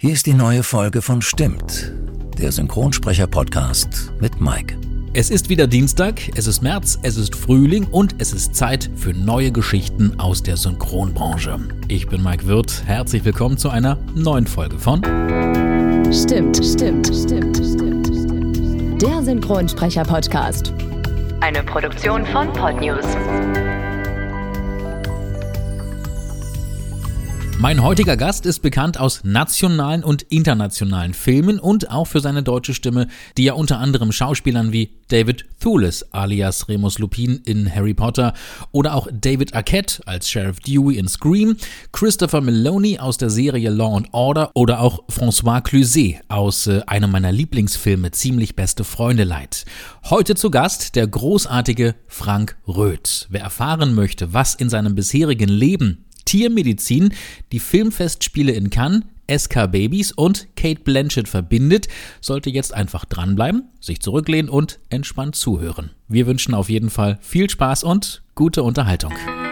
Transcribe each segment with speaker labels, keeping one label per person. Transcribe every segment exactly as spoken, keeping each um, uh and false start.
Speaker 1: Hier ist die neue Folge von Stimmt, der Synchronsprecher-Podcast mit Mike.
Speaker 2: Es ist wieder Dienstag, es ist März, es ist Frühling und es ist Zeit für neue Geschichten aus der Synchronbranche. Ich bin Mike Wirth, herzlich willkommen zu einer neuen Folge von
Speaker 3: Stimmt, stimmt, stimmt, stimmt, stimmt. Der Synchronsprecher-Podcast. Eine Produktion von Podnews.
Speaker 2: Mein heutiger Gast ist bekannt aus nationalen und internationalen Filmen und auch für seine deutsche Stimme, die er unter anderem Schauspielern wie David Thewlis alias Remus Lupin in Harry Potter oder auch David Arquette als Sheriff Dewey in Scream, Christopher Meloni aus der Serie Law and Order oder auch François Cluzet aus äh, einem meiner Lieblingsfilme Ziemlich beste Freunde Leid. Heute zu Gast der großartige Frank Röth. Wer erfahren möchte, was in seinem bisherigen Leben Tiermedizin, die Filmfestspiele in Cannes, S K Babys und Cate Blanchett verbindet, sollte jetzt einfach dranbleiben, sich zurücklehnen und entspannt zuhören. Wir wünschen auf jeden Fall viel Spaß und gute Unterhaltung.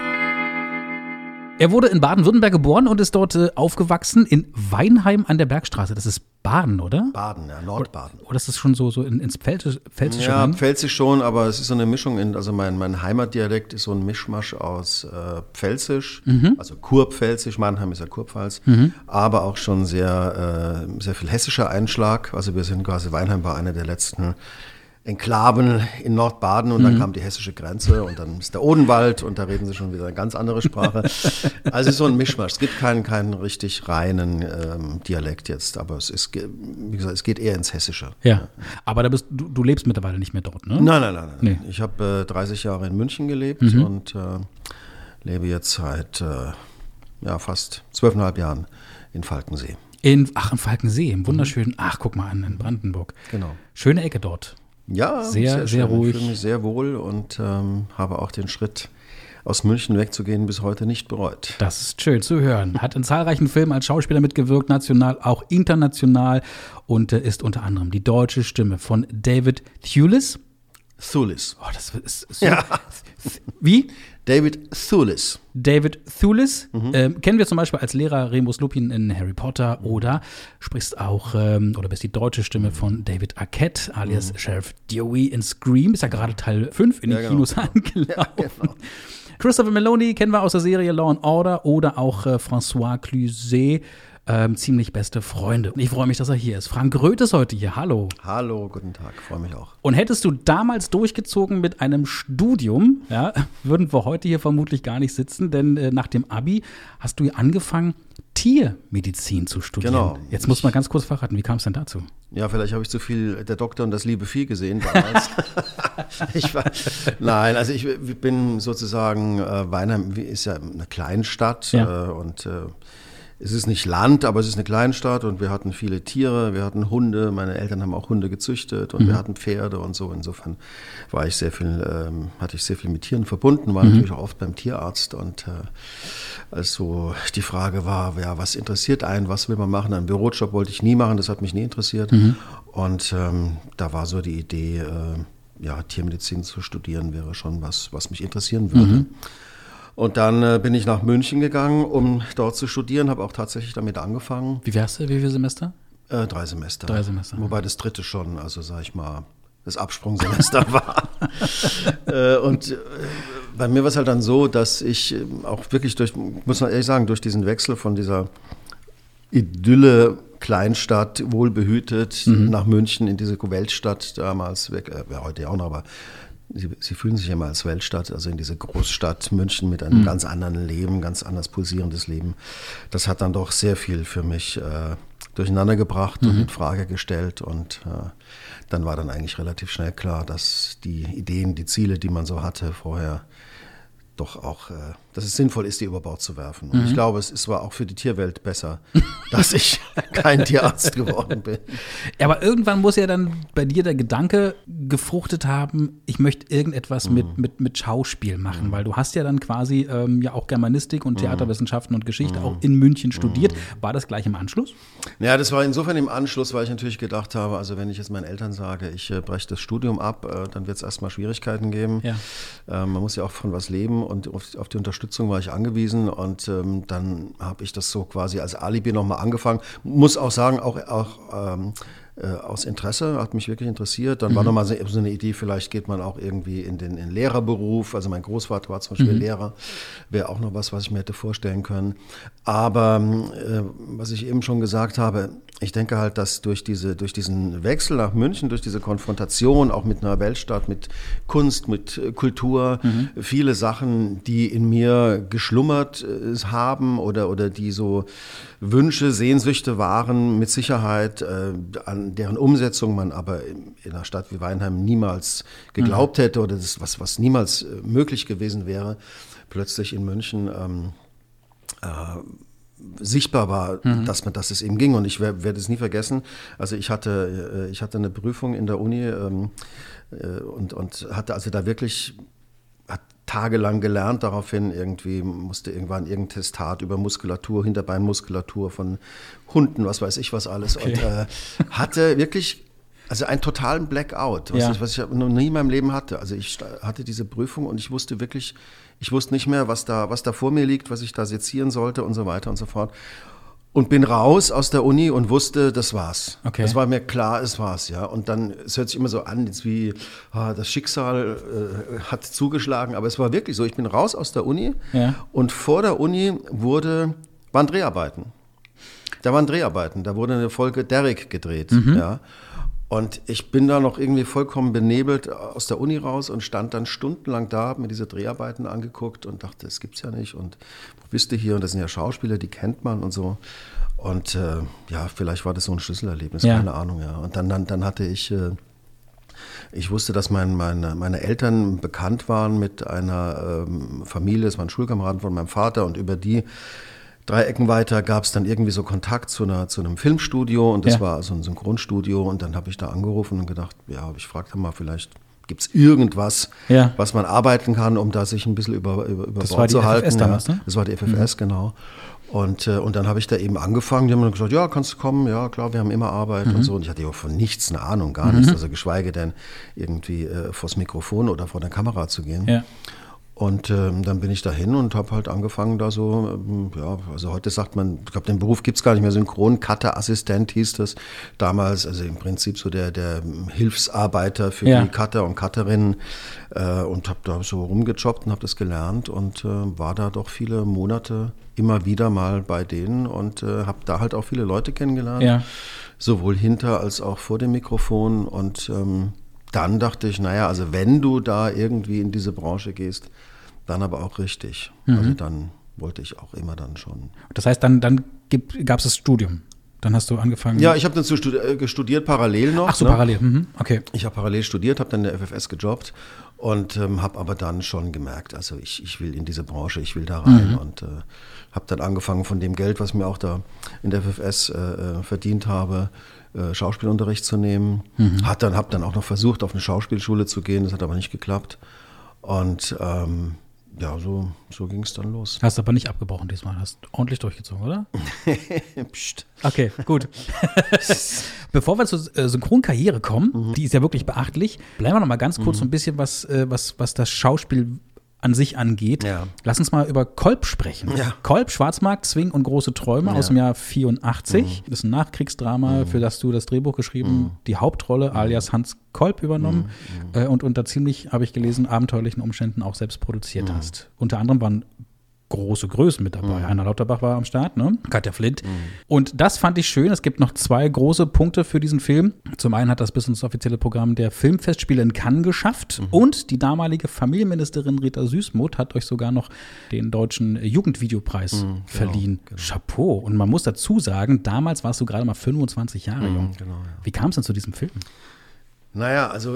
Speaker 2: Er wurde in Baden-Württemberg geboren und ist dort äh, aufgewachsen in Weinheim an der Bergstraße. Das ist Baden, oder?
Speaker 4: Baden, ja, Nordbaden.
Speaker 2: Oder ist das schon so, so in, ins Pfälzisch, Pfälzische
Speaker 4: Ja,
Speaker 2: rein?
Speaker 4: Pfälzisch schon, aber es ist so eine Mischung, in, also mein, mein Heimatdialekt ist so ein Mischmasch aus äh, Pfälzisch, mhm. also Kurpfälzisch, Mannheim ist ja Kurpfalz, mhm. aber auch schon sehr, äh, sehr viel hessischer Einschlag. Also wir sind quasi, Weinheim war eine der letzten Enklaven in Nordbaden und dann mhm. kam die hessische Grenze und dann ist der Odenwald und da reden sie schon wieder eine ganz andere Sprache. Also es ist so ein Mischmasch. Es gibt keinen, keinen richtig reinen ähm, Dialekt jetzt, aber es ist, wie gesagt, es geht eher ins Hessische.
Speaker 2: Ja, aber da bist, du, du lebst mittlerweile nicht mehr dort, ne?
Speaker 4: Nein, nein, nein. nein.
Speaker 2: Nee.
Speaker 4: Ich habe äh, dreißig Jahre in München gelebt mhm. und äh, lebe jetzt seit äh, ja, fast zwölfeinhalb Jahren in Falkensee.
Speaker 2: In, ach, in Falkensee, im wunderschönen, ach, guck mal an, in Brandenburg.
Speaker 4: Genau.
Speaker 2: Schöne Ecke dort.
Speaker 4: Ja,
Speaker 2: sehr, sehr, sehr ruhig.
Speaker 4: Ich fühle mich sehr wohl und ähm, habe auch den Schritt, aus München wegzugehen, bis heute nicht bereut.
Speaker 2: Das ist schön zu hören. Hat in zahlreichen Filmen als Schauspieler mitgewirkt, national, auch international und äh, ist unter anderem die deutsche Stimme von David Thewlis.
Speaker 4: Thewlis.
Speaker 2: Oh, das ist so.
Speaker 4: Ja.
Speaker 2: Wie?
Speaker 4: David Thewlis.
Speaker 2: David Thewlis.
Speaker 4: Mhm.
Speaker 2: Ähm, kennen wir zum Beispiel als Lehrer Remus Lupin in Harry Potter oder sprichst auch, ähm, oder bist die deutsche Stimme von David Arquette alias mhm. Sheriff Dewey in Scream. Ist ja gerade Teil fünf in den ja, Kinos genau. angelaufen. Ja, genau. Christopher Meloni kennen wir aus der Serie Law and Order oder auch äh, François Cluzet. Ähm, ziemlich beste Freunde. Ich freue mich, dass er hier ist. Frank Röth ist heute hier. Hallo.
Speaker 4: Hallo, guten Tag. Freue mich auch.
Speaker 2: Und hättest du damals durchgezogen mit einem Studium, ja, würden wir heute hier vermutlich gar nicht sitzen, denn äh, nach dem Abi hast du angefangen, Tiermedizin zu studieren.
Speaker 4: Genau.
Speaker 2: Jetzt muss man ganz kurz verraten, wie kam es denn dazu?
Speaker 4: Ja, vielleicht habe ich zu viel Der Doktor und das liebe Vieh gesehen damals. ich war, nein, also ich bin sozusagen, äh, Weinheim ist ja eine Kleinstadt
Speaker 2: ja.
Speaker 4: äh, und äh, es ist nicht Land, aber es ist eine Kleinstadt und wir hatten viele Tiere, wir hatten Hunde, meine Eltern haben auch Hunde gezüchtet und mhm. wir hatten Pferde und so. Insofern war ich sehr viel, ähm, hatte ich sehr viel mit Tieren verbunden, war mhm. natürlich auch oft beim Tierarzt und äh, als so die Frage war, ja, was interessiert einen, was will man machen? Einen Bürojob wollte ich nie machen, das hat mich nie interessiert mhm. und ähm, da war so die Idee, äh, ja, Tiermedizin zu studieren wäre schon was, was mich interessieren würde. Mhm. Und dann äh, bin ich nach München gegangen, um dort zu studieren, habe auch tatsächlich damit angefangen.
Speaker 2: Wie wär's, wie viele Semester?
Speaker 4: Äh, drei Semester.
Speaker 2: Drei Semester.
Speaker 4: Wobei das dritte schon, also sag ich mal, das Absprungsemester war. äh, und äh, bei mir war es halt dann so, dass ich äh, auch wirklich durch, muss man ehrlich sagen, durch diesen Wechsel von dieser Idylle, Kleinstadt, wohlbehütet, mhm. nach München in diese Weltstadt damals, weg, äh, ja, heute ja auch noch, aber Sie, Sie fühlen sich immer als Weltstadt, also in diese Großstadt München mit einem mhm. ganz anderen Leben, ganz anders pulsierendes Leben. Das hat dann doch sehr viel für mich äh, durcheinander gebracht mhm. und in Frage gestellt. Und äh, dann war dann eigentlich relativ schnell klar, dass die Ideen, die Ziele, die man so hatte vorher, doch auch, äh, dass es sinnvoll ist, die über Bord zu werfen. Und mhm. ich glaube, es ist war auch für die Tierwelt besser, dass ich kein Tierarzt geworden bin.
Speaker 2: Ja, aber irgendwann muss ja dann bei dir der Gedanke gefruchtet haben, ich möchte irgendetwas mhm. mit, mit, mit Schauspiel machen, mhm. weil du hast ja dann quasi ähm, ja auch Germanistik und Theaterwissenschaften und Geschichte mhm. auch in München studiert. Mhm. War das gleich im Anschluss?
Speaker 4: Ja, das war insofern im Anschluss, weil ich natürlich gedacht habe, also wenn ich jetzt meinen Eltern sage, ich äh, breche das Studium ab, äh, dann wird es erstmal Schwierigkeiten geben.
Speaker 2: Ja.
Speaker 4: Äh, man muss ja auch von was leben. Leben und auf, auf die Unterstützung war ich angewiesen und ähm, dann habe ich das so quasi als Alibi nochmal angefangen. Muss auch sagen, auch, auch ähm, äh, aus Interesse, hat mich wirklich interessiert. Dann mhm. war nochmal so, so eine Idee, vielleicht geht man auch irgendwie in den, in den Lehrerberuf. Also mein Großvater war zum Beispiel mhm. Lehrer, wäre auch noch was, was ich mir hätte vorstellen können. Aber äh, was ich eben schon gesagt habe, ich denke halt, dass durch, diese, durch diesen Wechsel nach München, durch diese Konfrontation auch mit einer Weltstadt, mit Kunst, mit Kultur, mhm. viele Sachen, die in mir geschlummert äh, haben oder, oder die so Wünsche, Sehnsüchte waren, mit Sicherheit, äh, an deren Umsetzung man aber in, in einer Stadt wie Weinheim niemals geglaubt mhm. hätte oder das, was, was niemals äh, möglich gewesen wäre, plötzlich in München ähm, äh, sichtbar war, mhm. dass man, dass es eben ging. Und ich werde es nie vergessen. Also ich hatte, ich hatte eine Prüfung in der Uni ähm, und, und hatte also da wirklich hat tagelang gelernt. Daraufhin irgendwie musste irgendwann irgendein Testat über Muskulatur, Hinterbeinmuskulatur von Hunden, was weiß ich was alles. Okay. Und äh, hatte wirklich also einen totalen Blackout, was, ja. ich, was ich noch nie in meinem Leben hatte. Also ich hatte diese Prüfung und ich wusste wirklich, ich wusste nicht mehr, was da, was da vor mir liegt, was ich da sezieren sollte und so weiter und so fort. Und bin raus aus der Uni und wusste, das war's.
Speaker 2: Okay.
Speaker 4: Es war mir klar, es war's, ja. Und dann, es hört sich immer so an, jetzt wie ah, das Schicksal äh, hat zugeschlagen, aber es war wirklich so. Ich bin raus aus der Uni ja. und vor der Uni wurde, waren Dreharbeiten. Da waren Dreharbeiten, da wurde eine Folge Derrick gedreht, mhm. ja. Und ich bin da noch irgendwie vollkommen benebelt aus der Uni raus und stand dann stundenlang da, habe mir diese Dreharbeiten angeguckt und dachte, das gibt's ja nicht. Und wo bist du hier? Und das sind ja Schauspieler, die kennt man und so. Und äh, ja, vielleicht war das so ein Schlüsselerlebnis, ja. keine Ahnung. Ja. Und dann, dann, dann hatte ich, äh, ich wusste, dass mein, meine, meine Eltern bekannt waren mit einer ähm, Familie, das waren Schulkameraden von meinem Vater und über die drei Ecken weiter gab es dann irgendwie so Kontakt zu, einer, zu einem Filmstudio und das ja. war also ein Synchronstudio und dann habe ich da angerufen und gedacht, ja, ich frage da mal, vielleicht gibt es irgendwas, ja. was man arbeiten kann, um da sich ein bisschen über, über, über Bord zu halten. Das war die F F S damals, ne? Das war die F F S, mhm. genau. Und, äh, und dann habe ich da eben angefangen, die haben dann gesagt, ja, kannst du kommen, ja klar, wir haben immer Arbeit mhm. und so. Und ich hatte ja von nichts eine Ahnung, gar mhm. nichts, also geschweige denn irgendwie äh, vors Mikrofon oder vor der Kamera zu gehen. Ja. Und ähm, dann bin ich dahin und habe halt angefangen da so, ähm, ja, also heute sagt man, ich glaube, den Beruf gibt es gar nicht mehr, Synchron-Cutter-Assistent hieß das damals, also im Prinzip so der, der Hilfsarbeiter für ja. die Cutter und Cutterinnen äh, und habe da so rumgejobbt und habe das gelernt und äh, war da doch viele Monate immer wieder mal bei denen und äh, habe da halt auch viele Leute kennengelernt, ja. sowohl hinter als auch vor dem Mikrofon und ähm, dann dachte ich, naja, also wenn du da irgendwie in diese Branche gehst, dann aber auch richtig. Mhm. Also dann wollte ich auch immer dann schon.
Speaker 2: Das heißt, dann, dann gab es das Studium? Dann hast du angefangen?
Speaker 4: Ja, ich habe dann studiert, studiert parallel noch.
Speaker 2: Ach so,
Speaker 4: ne?
Speaker 2: parallel, mhm. okay.
Speaker 4: Ich habe parallel studiert, habe dann in der F F S gejobbt und ähm, habe aber dann schon gemerkt, also ich, ich will in diese Branche, ich will da rein mhm. und äh, habe dann angefangen von dem Geld, was mir auch da in der F F S äh, verdient habe, äh, Schauspielunterricht zu nehmen. Mhm. Hat dann, habe dann auch noch versucht, auf eine Schauspielschule zu gehen, das hat aber nicht geklappt. Und ähm, ja, so, so ging es dann los.
Speaker 2: Hast aber nicht abgebrochen diesmal, hast ordentlich durchgezogen, oder? Psst. Okay, gut. Bevor wir zur äh, Synchronkarriere kommen, mhm. die ist ja wirklich beachtlich, bleiben wir noch mal ganz kurz mhm. so ein bisschen, was, äh, was, was das Schauspiel an sich angeht. Ja. Lass uns mal über Kolb sprechen. Ja. Kolb, Schwarzmarkt, Zwing und große Träume ja. aus dem Jahr vierundachtzig. Mhm. Das ist ein Nachkriegsdrama, mhm. für das du das Drehbuch geschrieben, mhm. die Hauptrolle mhm. alias Hans Kolb übernommen mhm. äh, und unter ziemlich, habe ich gelesen, abenteuerlichen Umständen auch selbst produziert mhm. hast. Unter anderem waren große Größen mit dabei. Mhm. Heiner Lauterbach war am Start, ne? Katja Flint. Mhm. Und das fand ich schön. Es gibt noch zwei große Punkte für diesen Film. Zum einen hat das bis ins offizielle Programm der Filmfestspiele in Cannes geschafft. Mhm. Und die damalige Familienministerin Rita Süßmuth hat euch sogar noch den deutschen Jugendvideopreis mhm, genau, verliehen. Genau. Chapeau. Und man muss dazu sagen, damals warst du gerade mal fünfundzwanzig Jahre mhm, jung. Genau, ja. Wie kam es denn zu diesem Film?
Speaker 4: Naja, also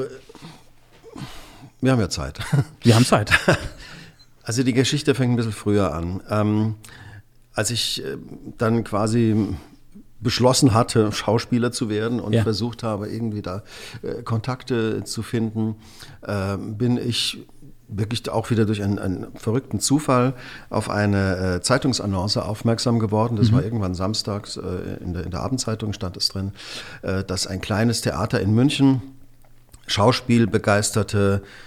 Speaker 4: wir haben ja Zeit.
Speaker 2: Wir haben Zeit.
Speaker 4: Also die Geschichte fängt ein bisschen früher an. Ähm, als ich äh, dann quasi beschlossen hatte, Schauspieler zu werden und ja. versucht habe, irgendwie da äh, Kontakte zu finden, äh, bin ich wirklich auch wieder durch einen, einen verrückten Zufall auf eine äh, Zeitungsannonce aufmerksam geworden. Das mhm. war irgendwann samstags, äh, in, der, in der Abendzeitung stand es drin, äh, dass ein kleines Theater in München Schauspielbegeisterte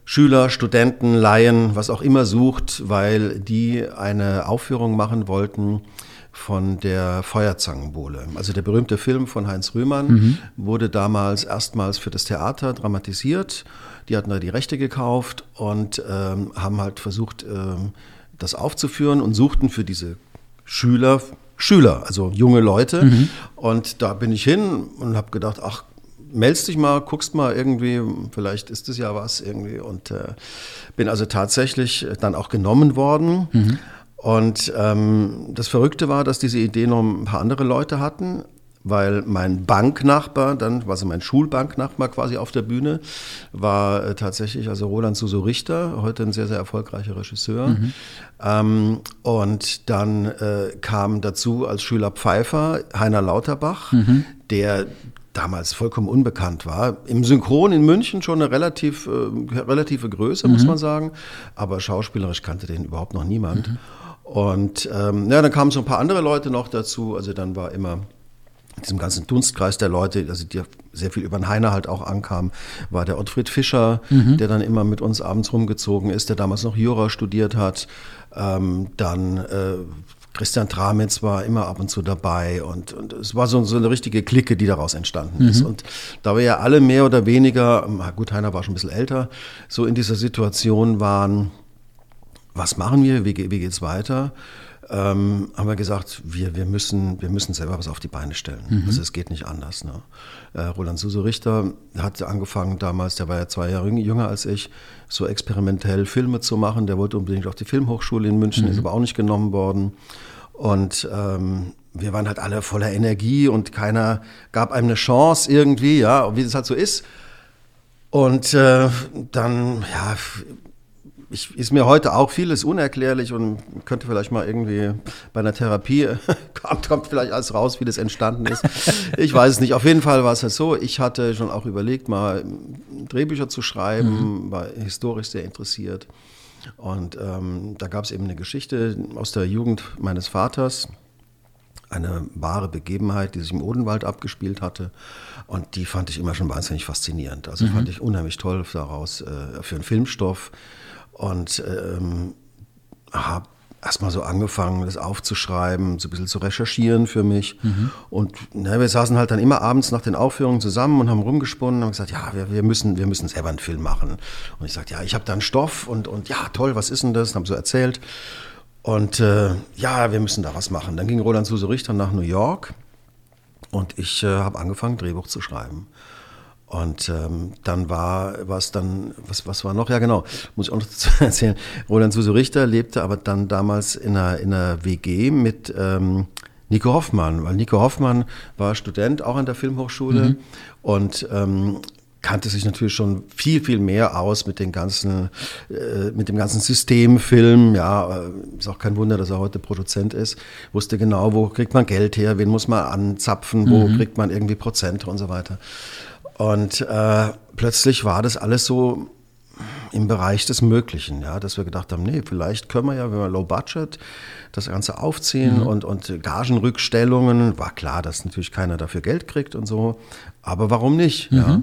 Speaker 4: Schüler, Studenten, Laien, was auch immer sucht, weil die eine Aufführung machen wollten von der Feuerzangenbowle. Also der berühmte Film von Heinz Rühmann mhm. wurde damals erstmals für das Theater dramatisiert. Die hatten da die Rechte gekauft und ähm, haben halt versucht, ähm, das aufzuführen und suchten für diese Schüler, Schüler, also junge Leute. Mhm. Und da bin ich hin und habe gedacht, ach, meldest dich mal, guckst mal irgendwie, vielleicht ist es ja was irgendwie. Und äh, bin also tatsächlich dann auch genommen worden. Mhm. Und ähm, das Verrückte war, dass diese Idee noch ein paar andere Leute hatten, weil mein Banknachbar, dann, also mein Schulbanknachbar quasi auf der Bühne, war äh, tatsächlich also Roland Suso Richter, heute ein sehr, sehr erfolgreicher Regisseur. Mhm. Ähm, und dann äh, kam dazu als Schüler Pfeiffer Heiner Lauterbach, mhm. der damals vollkommen unbekannt war. Im Synchron in München schon eine relativ, äh, relative Größe, mhm. muss man sagen, aber schauspielerisch kannte den überhaupt noch niemand. Mhm. Und ähm, ja, dann kamen so ein paar andere Leute noch dazu, also dann war immer in diesem ganzen Dunstkreis der Leute, also die sehr viel über den Heiner halt auch ankamen, war der Ottfried Fischer, mhm. der dann immer mit uns abends rumgezogen ist, der damals noch Jura studiert hat, ähm, dann äh, Christian Tramitz war immer ab und zu dabei und, und es war so, so eine richtige Clique, die daraus entstanden mhm. ist. Und da wir ja alle mehr oder weniger, gut, Heiner war schon ein bisschen älter, so in dieser Situation waren, was machen wir, wie, wie geht's weiter? Ähm, haben wir gesagt, wir, wir, müssen, wir müssen selber was auf die Beine stellen. Mhm. Also es geht nicht anders. Ne? Äh, Roland Suso Richter hat angefangen damals, der war ja zwei Jahre jünger als ich, so experimentell Filme zu machen. Der wollte unbedingt auf die Filmhochschule in München, mhm. ist aber auch nicht genommen worden. Und ähm, wir waren halt alle voller Energie und keiner gab einem eine Chance irgendwie, ja, wie das halt so ist. Und äh, dann, ja... Ich, ist mir heute auch vieles unerklärlich und könnte vielleicht mal irgendwie bei einer Therapie, kommt, kommt vielleicht alles raus, wie das entstanden ist. Ich weiß es nicht. Auf jeden Fall war es halt so, ich hatte schon auch überlegt, mal Drehbücher zu schreiben, mhm. war historisch sehr interessiert. Und ähm, da gab es eben eine Geschichte aus der Jugend meines Vaters, eine wahre Begebenheit, die sich im Odenwald abgespielt hatte. Und die fand ich immer schon wahnsinnig faszinierend. Also mhm. fand ich unheimlich toll daraus äh, für einen Filmstoff. Und ähm, habe erstmal so angefangen, das aufzuschreiben, so ein bisschen zu recherchieren für mich. Mhm. Und na, wir saßen halt dann immer abends nach den Aufführungen zusammen und haben rumgesponnen und haben gesagt, ja, wir, wir, müssen, wir müssen selber einen Film machen. Und ich sagte, ja, ich habe da einen Stoff und, und ja, toll, was ist denn das? Und haben so erzählt. Und äh, ja, wir müssen da was machen. Dann ging Roland Suso Richter nach New York und ich äh, habe angefangen, Drehbuch zu schreiben. Und ähm, dann war was dann, was, was war noch? Ja genau, muss ich auch noch dazu erzählen. Roland Suso Richter lebte aber dann damals in einer, in einer W G mit ähm, Nico Hoffmann, weil Nico Hoffmann war Student auch an der Filmhochschule mhm. und ähm, kannte sich natürlich schon viel, viel mehr aus mit den ganzen, äh, mit dem ganzen Systemfilm. Ja, ist auch kein Wunder, dass er heute Produzent ist. Wusste genau, wo kriegt man Geld her, wen muss man anzapfen, wo mhm. kriegt man irgendwie Prozente und so weiter. Und äh, plötzlich war das alles so im Bereich des Möglichen, ja, dass wir gedacht haben, nee, vielleicht können wir ja, wenn wir Low Budget das Ganze aufziehen mhm. und, und Gagenrückstellungen. War klar, dass natürlich keiner dafür Geld kriegt und so, aber warum nicht? Mhm. Ja?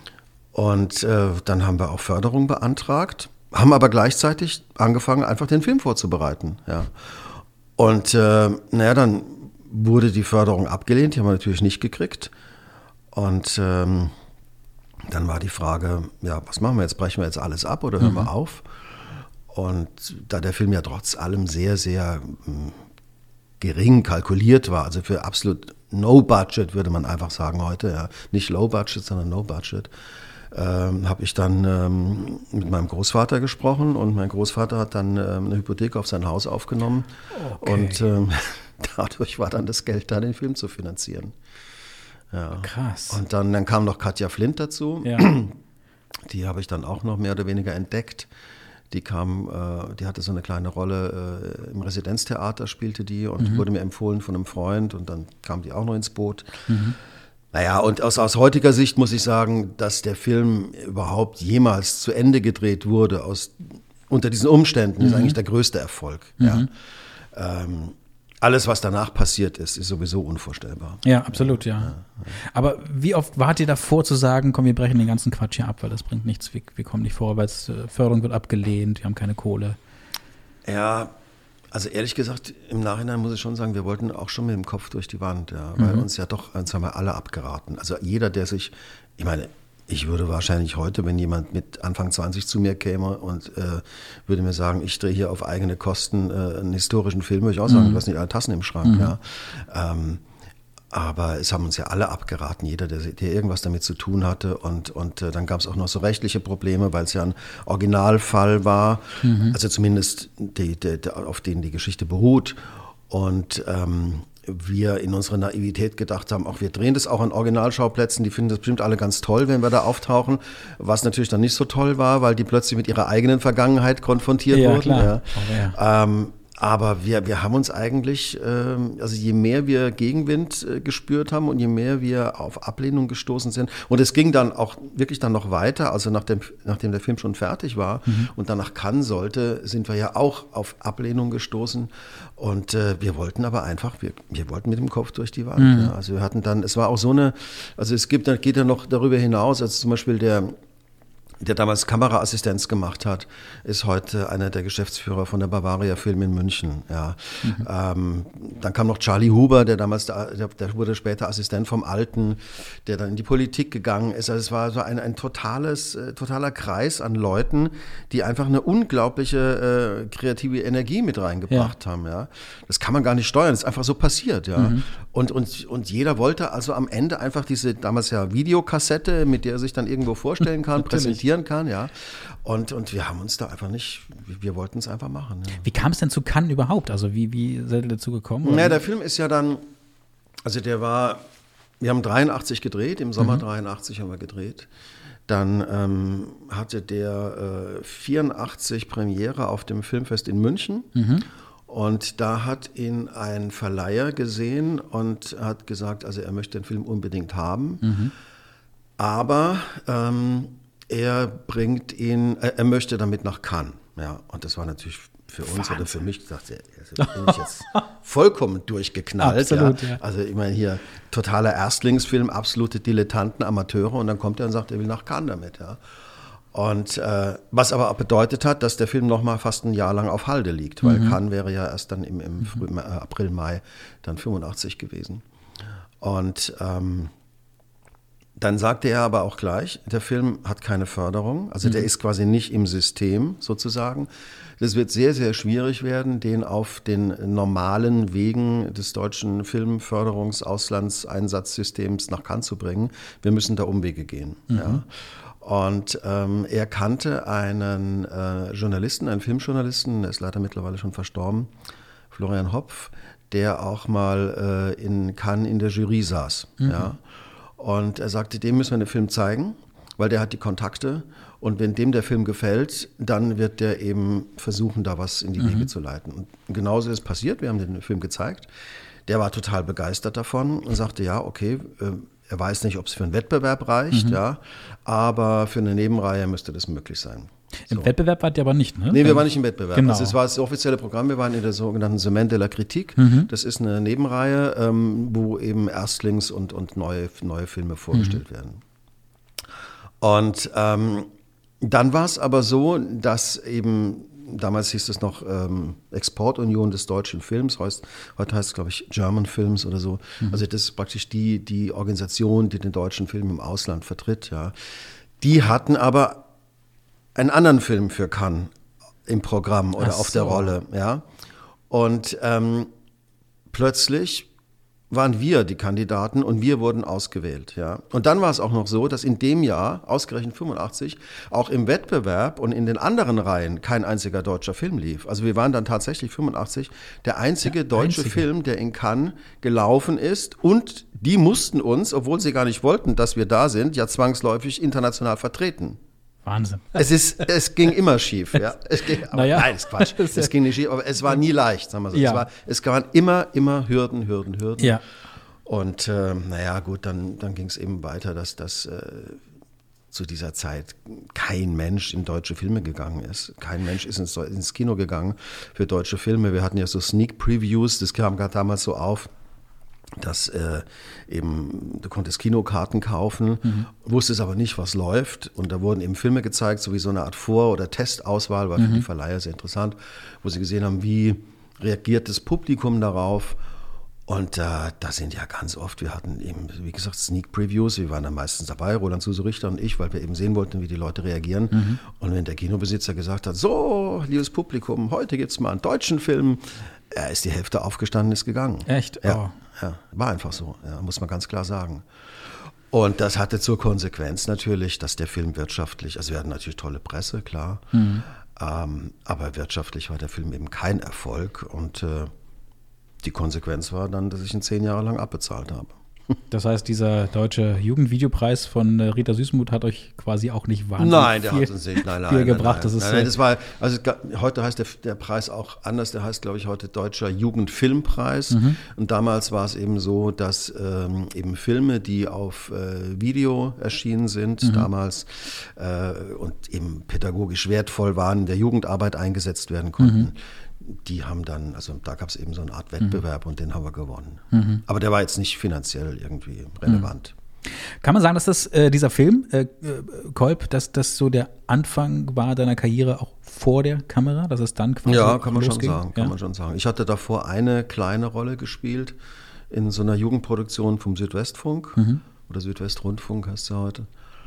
Speaker 4: Und äh, dann haben wir auch Förderung beantragt, haben aber gleichzeitig angefangen, einfach den Film vorzubereiten. Ja. Und äh, naja, dann wurde die Förderung abgelehnt, die haben wir natürlich nicht gekriegt. Und ähm, dann war die Frage, ja, was machen wir jetzt? Brechen wir jetzt alles ab oder hören mhm. wir auf? Und da der Film ja trotz allem sehr, sehr mh, gering kalkuliert war, also für absolut No Budget würde man einfach sagen heute, ja, nicht Low Budget, sondern No Budget, ähm, habe ich dann ähm, mit meinem Großvater gesprochen und mein Großvater hat dann ähm, eine Hypothek auf sein Haus aufgenommen okay. und ähm, dadurch war dann das Geld da, den Film zu finanzieren. Ja. Krass. Und dann, dann kam noch Katja Flint dazu. Ja. Die habe ich dann auch noch mehr oder weniger entdeckt. Die kam, äh, die hatte so eine kleine Rolle äh, im Residenztheater, spielte die und mhm. wurde mir empfohlen von einem Freund und dann kam die auch noch ins Boot. Mhm. Naja, und aus, aus heutiger Sicht muss ich sagen, dass der Film überhaupt jemals zu Ende gedreht wurde, aus, unter diesen Umständen, mhm. ist eigentlich der größte Erfolg. Mhm. Ja. Ähm, alles, was danach passiert ist, ist sowieso unvorstellbar.
Speaker 5: Ja, absolut, ja. ja, ja. Aber wie oft wart ihr davor zu sagen, komm, wir brechen den ganzen Quatsch hier ab, weil das bringt nichts, wir, wir kommen nicht vorwärts, äh, Förderung wird abgelehnt, wir haben keine Kohle.
Speaker 4: Ja, also ehrlich gesagt, im Nachhinein muss ich schon sagen, wir wollten auch schon mit dem Kopf durch die Wand, ja, weil mhm. uns ja doch, uns haben wir alle abgeraten. Also jeder, der sich, ich meine, ich würde wahrscheinlich heute, wenn jemand mit Anfang zwanzig zu mir käme und äh, würde mir sagen, ich drehe hier auf eigene Kosten äh, einen historischen Film, würde ich auch sagen, mhm. du hast nicht alle Tassen im Schrank. Mhm. Ja. Ähm, aber es haben uns ja alle abgeraten, jeder, der, der irgendwas damit zu tun hatte. Und, und äh, dann gab es auch noch so rechtliche Probleme, weil es ja ein Originalfall war, mhm. also zumindest die, die, die, auf den die Geschichte beruht. Und ähm, wir in unserer Naivität gedacht haben, auch wir drehen das auch an Originalschauplätzen, die finden das bestimmt alle ganz toll, wenn wir da auftauchen, was natürlich dann nicht so toll war, weil die plötzlich mit ihrer eigenen Vergangenheit konfrontiert
Speaker 5: ja,
Speaker 4: wurden.
Speaker 5: Klar.
Speaker 4: Ja.
Speaker 5: Oh, ja.
Speaker 4: Ähm, aber wir, wir haben uns eigentlich, ähm, also je mehr wir Gegenwind äh, gespürt haben und je mehr wir auf Ablehnung gestoßen sind, und es ging dann auch wirklich dann noch weiter, also nach dem, nachdem der Film schon fertig war mhm. und dann nach Cannes sollte, sind wir ja auch auf Ablehnung gestoßen. Und äh, wir wollten aber einfach, wir, wir wollten mit dem Kopf durch die Wand. Mhm. Ja. Also wir hatten dann, es war auch so eine, also es gibt, geht ja noch darüber hinaus, als zum Beispiel der der damals Kameraassistenz gemacht hat, ist heute einer der Geschäftsführer von der Bavaria Film in München. Ja. Mhm. Ähm, dann kam noch Charlie Huber, der damals, der, der wurde später Assistent vom Alten, der dann in die Politik gegangen ist. Also es war so ein, ein totales, äh, totaler Kreis an Leuten, die einfach eine unglaubliche äh, kreative Energie mit reingebracht ja. haben. Ja. Das kann man gar nicht steuern, das ist einfach so passiert. Ja. Mhm. Und, und, und jeder wollte also am Ende einfach diese damals ja Videokassette, mit der er sich dann irgendwo vorstellen kann, präsentieren kann, ja. Und, und wir haben uns da einfach nicht, wir wollten es einfach machen. Ja.
Speaker 5: Wie kam es denn zu Cannes überhaupt? Also wie, wie seid ihr dazu gekommen? Oder?
Speaker 4: Naja, der Film ist ja dann, also der war, wir haben dreiundachtzig gedreht, im Sommer mhm. dreiundachtzig haben wir gedreht. Dann ähm, hatte der äh, vierundachtzig Premiere auf dem Filmfest in München. Mhm. Und da hat ihn ein Verleiher gesehen und hat gesagt, also er möchte den Film unbedingt haben. Mhm. Aber ähm, er bringt ihn, er, er möchte damit nach Cannes. Ja, und das war natürlich für uns Wahnsinn. Oder für mich, ich dachte, also bin ich jetzt vollkommen durchgeknallt.
Speaker 5: Absolut,
Speaker 4: ja.
Speaker 5: Ja.
Speaker 4: Also ich meine hier totaler Erstlingsfilm, absolute Dilettanten, Amateure, und dann kommt er und sagt, er will nach Cannes damit. Ja. Und äh, was aber auch bedeutet hat, dass der Film noch mal fast ein Jahr lang auf Halde liegt, weil mhm. Cannes wäre ja erst dann im, im Früh, äh, April, Mai dann fünfundachtzig gewesen. Und ähm, dann sagte er aber auch gleich, der Film hat keine Förderung, also mhm. der ist quasi nicht im System sozusagen. Das wird sehr, sehr schwierig werden, den auf den normalen Wegen des deutschen Filmförderungs-Auslandseinsatzsystems nach Cannes zu bringen. Wir müssen da Umwege gehen. Mhm. Ja. Und ähm, er kannte einen äh, Journalisten, einen Filmjournalisten, der ist leider mittlerweile schon verstorben, Florian Hopf, der auch mal äh, in Cannes in der Jury saß. Mhm. Ja. Und er sagte, dem müssen wir den Film zeigen, weil der hat die Kontakte. Und wenn dem der Film gefällt, dann wird der eben versuchen, da was in die Wege mhm. zu leiten. Und genauso ist es passiert. Wir haben den Film gezeigt. Der war total begeistert davon und sagte, ja, okay, äh, er weiß nicht, ob es für einen Wettbewerb reicht, mhm. ja, aber für eine Nebenreihe müsste das möglich sein.
Speaker 5: Im
Speaker 4: so.
Speaker 5: Wettbewerb wart ihr aber nicht, ne?
Speaker 4: Nee, wir waren nicht im Wettbewerb.
Speaker 5: Genau.
Speaker 4: Also es war das offizielle Programm, wir waren in der sogenannten Semaine de la Critique.
Speaker 5: Mhm.
Speaker 4: Das ist eine Nebenreihe, ähm, wo eben Erstlings- und, und neue, neue Filme vorgestellt mhm. werden. Und ähm, dann war es aber so, dass eben, damals hieß es noch ähm, Exportunion des deutschen Films, heute, heute heißt es, glaube ich, German Films oder so. Mhm. Also das ist praktisch die, die Organisation, die den deutschen Film im Ausland vertritt. Ja. Die hatten aber einen anderen Film für Cannes im Programm oder
Speaker 5: Ach
Speaker 4: auf der
Speaker 5: so.
Speaker 4: Rolle. Ja. Und ähm, plötzlich waren wir die Kandidaten und wir wurden ausgewählt. Ja. Und dann war es auch noch so, dass in dem Jahr, ausgerechnet fünfundachtzig, auch im Wettbewerb und in den anderen Reihen kein einziger deutscher Film lief. Also wir waren dann tatsächlich fünfundachtzig der einzige der deutsche einzige. Film, der in Cannes gelaufen ist. Und die mussten uns, obwohl sie gar nicht wollten, dass wir da sind, ja zwangsläufig international vertreten.
Speaker 5: Wahnsinn.
Speaker 4: Es, ist, es ging immer schief. Ja. Es ging, aber,
Speaker 5: naja.
Speaker 4: Nein, das ist Quatsch. Es ging nicht schief, aber es war nie leicht, sagen wir so.
Speaker 5: Ja.
Speaker 4: Es, war, es waren immer, immer Hürden, Hürden, Hürden.
Speaker 5: Ja.
Speaker 4: Und äh, naja, gut, dann, dann ging es eben weiter, dass das, äh, zu dieser Zeit kein Mensch in deutsche Filme gegangen ist. Kein Mensch ist ins, ins Kino gegangen für deutsche Filme. Wir hatten ja so Sneak Previews, das kam gerade damals so auf, dass äh, eben, du konntest Kinokarten kaufen, mhm. wusstest aber nicht, was läuft. Und da wurden eben Filme gezeigt, so wie so eine Art Vor- oder Testauswahl, war mhm. für die Verleiher sehr interessant, wo sie gesehen haben, wie reagiert das Publikum darauf. Und äh, da sind ja ganz oft, wir hatten eben, wie gesagt, Sneak Previews, wir waren dann meistens dabei, Roland Suse-Richter und ich, weil wir eben sehen wollten, wie die Leute reagieren. Mhm. Und wenn der Kinobesitzer gesagt hat, so, liebes Publikum, heute gibt es mal einen deutschen Film, er ist die Hälfte aufgestanden, ist gegangen.
Speaker 5: Echt?
Speaker 4: Ja,
Speaker 5: oh.
Speaker 4: ja, war einfach so, ja, muss man ganz klar sagen. Und das hatte zur Konsequenz natürlich, dass der Film wirtschaftlich, also wir hatten natürlich tolle Presse, klar, mhm. ähm, aber wirtschaftlich war der Film eben kein Erfolg und äh, die Konsequenz war dann, dass ich ihn zehn Jahre lang abbezahlt habe.
Speaker 5: Das heißt, dieser deutsche Jugendvideopreis von Rita Süßmuth hat euch quasi auch nicht wahnsinnig
Speaker 4: nein, der
Speaker 5: viel,
Speaker 4: hat uns nicht, nein, nein,
Speaker 5: viel
Speaker 4: nein,
Speaker 5: gebracht.
Speaker 4: Nein,
Speaker 5: das ist
Speaker 4: nein, nein, das war, also heute heißt der, der Preis auch anders, der heißt, glaube ich, heute Deutscher Jugendfilmpreis. Mhm. Und damals war es eben so, dass ähm, eben Filme, die auf äh, Video erschienen sind, mhm. damals äh, und eben pädagogisch wertvoll waren, in der Jugendarbeit eingesetzt werden konnten. Mhm. Die haben dann, also da gab es eben so eine Art Wettbewerb mhm. und den haben wir gewonnen. Mhm. Aber der war jetzt nicht finanziell irgendwie relevant.
Speaker 5: Mhm. Kann man sagen, dass das äh, dieser Film, äh, Kolb, dass das so der Anfang war deiner Karriere auch vor der Kamera, dass es dann quasi
Speaker 4: Ja, kann man
Speaker 5: losging?
Speaker 4: schon sagen, kann
Speaker 5: ja?
Speaker 4: man schon sagen. Ich hatte davor eine kleine Rolle gespielt in so einer Jugendproduktion vom Südwestfunk mhm. oder Südwestrundfunk heißt sie heute.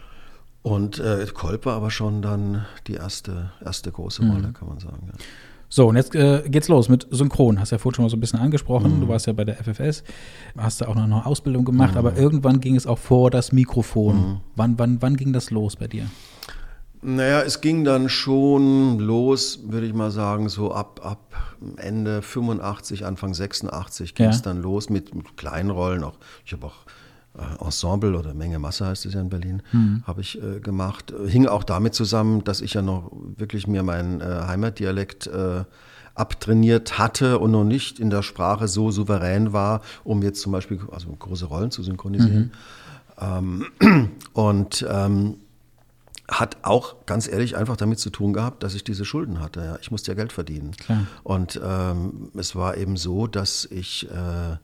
Speaker 4: Und äh, Kolb war aber schon dann die erste, erste große Rolle, mhm. kann man sagen. Ja.
Speaker 5: So, und jetzt äh, geht's los mit Synchron. Hast ja vorhin schon mal so ein bisschen angesprochen. Mhm. Du warst ja bei der F F S, hast da auch noch eine Ausbildung gemacht, mhm. aber irgendwann ging es auch vor das Mikrofon. Mhm. Wann, wann, wann ging das los bei dir?
Speaker 4: Naja, es ging dann schon los, würde ich mal sagen, so ab, ab Ende fünfundachtzig, Anfang sechsundachtzig ging es ja. dann los mit, mit kleinen Rollen. Auch, ich habe auch Ensemble oder Menge Masse heißt es ja in Berlin, mhm. habe ich äh, gemacht. Hing auch damit zusammen, dass ich ja noch wirklich mir meinen äh, Heimatdialekt äh, abtrainiert hatte und noch nicht in der Sprache so souverän war, um jetzt zum Beispiel also große Rollen zu synchronisieren. Mhm. Ähm, und ähm, hat auch ganz ehrlich einfach damit zu tun gehabt, dass ich diese Schulden hatte. Ja. Ich musste ja Geld verdienen. Klar. Und ähm, es war eben so, dass ich äh,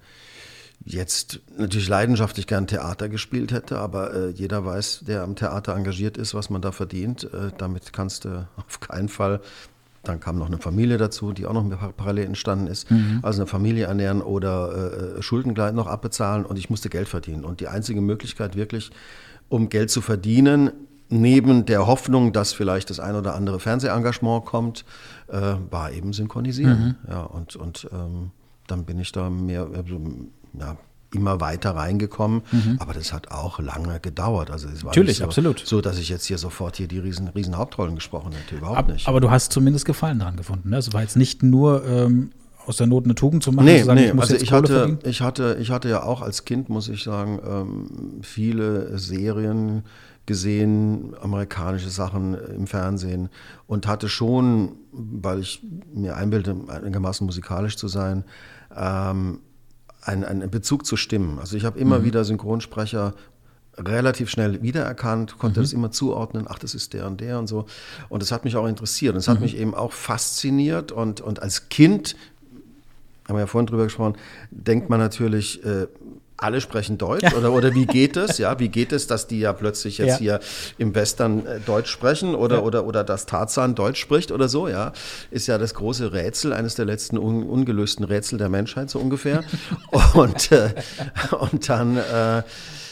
Speaker 4: jetzt natürlich leidenschaftlich gern Theater gespielt hätte, aber äh, jeder weiß, der am Theater engagiert ist, was man da verdient. Äh, damit kannst du auf keinen Fall, dann kam noch eine Familie dazu, die auch noch parallel entstanden ist, mhm. also eine Familie ernähren oder äh, Schulden gleich noch abbezahlen und ich musste Geld verdienen. Und die einzige Möglichkeit wirklich, um Geld zu verdienen, neben der Hoffnung, dass vielleicht das ein oder andere Fernsehengagement kommt, äh, war eben Synchronisieren. Mhm. Ja, und und ähm, dann bin ich da mehr... Also, ja, immer weiter reingekommen, mhm. aber das hat auch lange gedauert. Also es war
Speaker 5: Natürlich,
Speaker 4: nicht so,
Speaker 5: absolut.
Speaker 4: so, dass ich jetzt hier sofort hier die riesen, riesen Hauptrollen gesprochen hätte, überhaupt
Speaker 5: Ab,
Speaker 4: nicht.
Speaker 5: Aber du hast zumindest Gefallen dran gefunden. Ne? Es war jetzt nicht nur ähm, aus der Not eine Tugend zu machen,
Speaker 4: nee,
Speaker 5: zu sagen,
Speaker 4: nee.
Speaker 5: ich muss
Speaker 4: also
Speaker 5: jetzt
Speaker 4: ich
Speaker 5: Kohle
Speaker 4: hatte,
Speaker 5: verdienen.
Speaker 4: ich hatte, ich hatte ja auch als Kind, muss ich sagen, ähm, viele Serien gesehen, amerikanische Sachen im Fernsehen und hatte schon, weil ich mir einbilde, einigermaßen musikalisch zu sein, ähm, Ein, ein Bezug zu Stimmen. Also ich habe immer mhm. wieder Synchronsprecher relativ schnell wiedererkannt, konnte mhm. das immer zuordnen, ach, das ist der und der und so. Und das hat mich auch interessiert. Und es hat mhm. mich eben auch fasziniert. Und, und als Kind, haben wir ja vorhin drüber gesprochen, denkt man natürlich, äh, alle sprechen Deutsch ja. oder, oder wie geht es? Ja, wie geht es, dass die ja plötzlich jetzt ja. hier im Western äh, Deutsch sprechen oder, ja. oder, oder dass Tarzan Deutsch spricht oder so, ja? Ist ja das große Rätsel, eines der letzten un, ungelösten Rätsel der Menschheit, so ungefähr. und, äh, und dann äh,